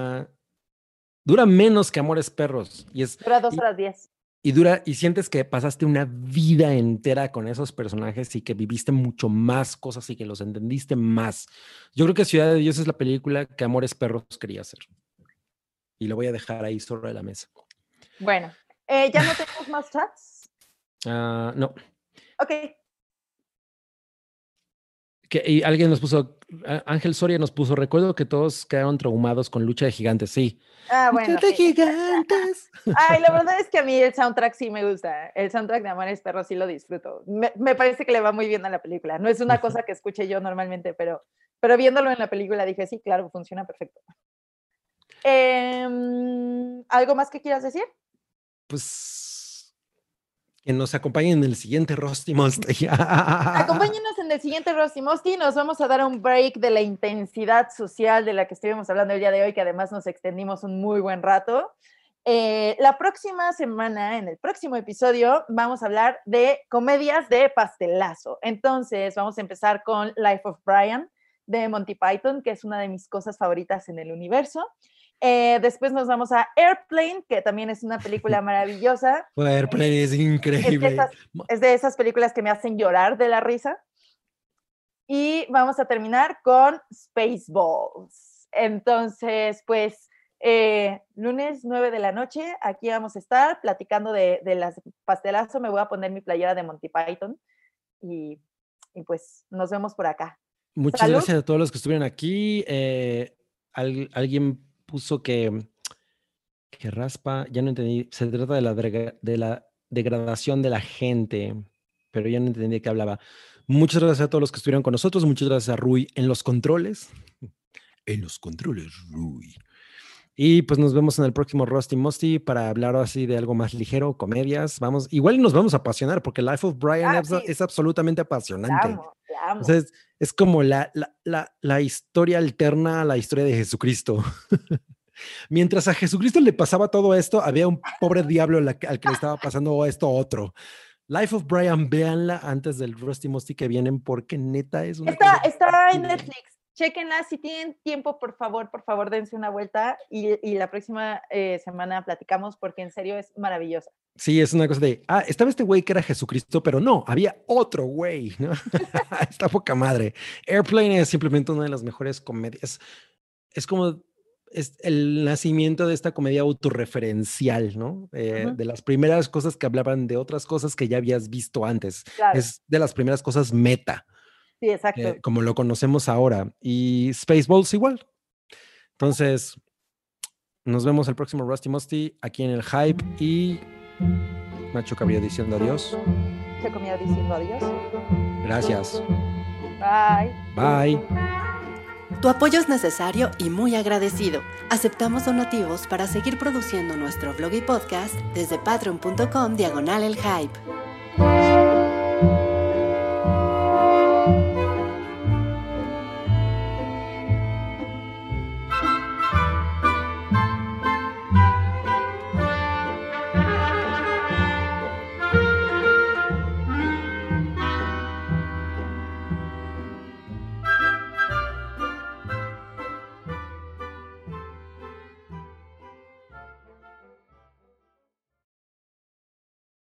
dura menos que Amores Perros. Dura 2 horas 10. Y sientes que pasaste una vida entera con esos personajes y que viviste mucho más cosas y que los entendiste más. Yo creo que Ciudad de Dios es la película que Amores Perros quería hacer. y lo voy a dejar ahí sobre la mesa. Bueno, ¿ya no tenemos más chats? No. Ok. Y alguien nos puso, Ángel Soria nos puso, recuerdo que todos quedaron traumados con Lucha de Gigantes, sí. Bueno. Lucha de Gigantes. Ay, la verdad es que a mí el soundtrack sí me gusta. El soundtrack de Amores Perros sí lo disfruto. Me parece que le va muy bien a la película. No es una cosa que escuche yo normalmente, pero viéndolo en la película dije, sí, claro, funciona perfecto. ¿Algo más que quieras decir? Pues que nos acompañen en el siguiente Rusty Musty. Acompáñenos en el siguiente Rusty Musty. Nos vamos a dar un break de la intensidad social de la que estuvimos hablando el día de hoy, que además nos extendimos un muy buen rato. La próxima semana, en el próximo episodio, vamos a hablar de comedias de pastelazo. Entonces, vamos a empezar con Life of Brian de Monty Python, que es una de mis cosas favoritas en el universo. Después nos vamos a Airplane, que también es una película maravillosa. Airplane es increíble. Es de esas películas que me hacen llorar de la risa. Y vamos a terminar con Spaceballs. Entonces, pues, lunes 9 de la noche, aquí vamos a estar platicando de las pastelazo. Me voy a poner mi playera de Monty Python y pues nos vemos por acá. Muchas gracias a todos los que estuvieron aquí. Alguien puso que raspa, ya no entendí, se trata de la degradación de la gente, pero ya no entendí de qué hablaba. Muchas gracias a todos los que estuvieron con nosotros, muchas gracias a Rui en los controles. En los controles, Rui. Y pues nos vemos en el próximo Rusty Musty para hablar así de algo más ligero, comedias. Igual nos vamos a apasionar porque Life of Brian es absolutamente apasionante. Te amo. O sea, es como la historia alterna a la historia de Jesucristo. Mientras a Jesucristo le pasaba todo esto, había un pobre diablo al que le estaba pasando esto otro. Life of Brian, véanla antes del Rusty Musty que vienen porque neta es una Está en Netflix. Chéquenla, si tienen tiempo, por favor, dense una vuelta y la próxima semana platicamos porque en serio es maravillosa. Sí, es una cosa de, estaba este güey que era Jesucristo, pero no, había otro güey, ¿no? Está poca madre. Airplane es simplemente una de las mejores comedias. Es como el nacimiento de esta comedia autorreferencial, ¿no? De las primeras cosas que hablaban de otras cosas que ya habías visto antes. Claro. Es de las primeras cosas meta. Sí, exacto. Como lo conocemos ahora. Y Spaceballs igual. Entonces, nos vemos el próximo Rusty Musty aquí en el Hype y Nacho Cabrillo diciendo adiós. Checo Miau diciendo adiós. Gracias. Bye. Bye. Tu apoyo es necesario y muy agradecido. Aceptamos donativos para seguir produciendo nuestro blog y podcast desde patreon.com/elhype.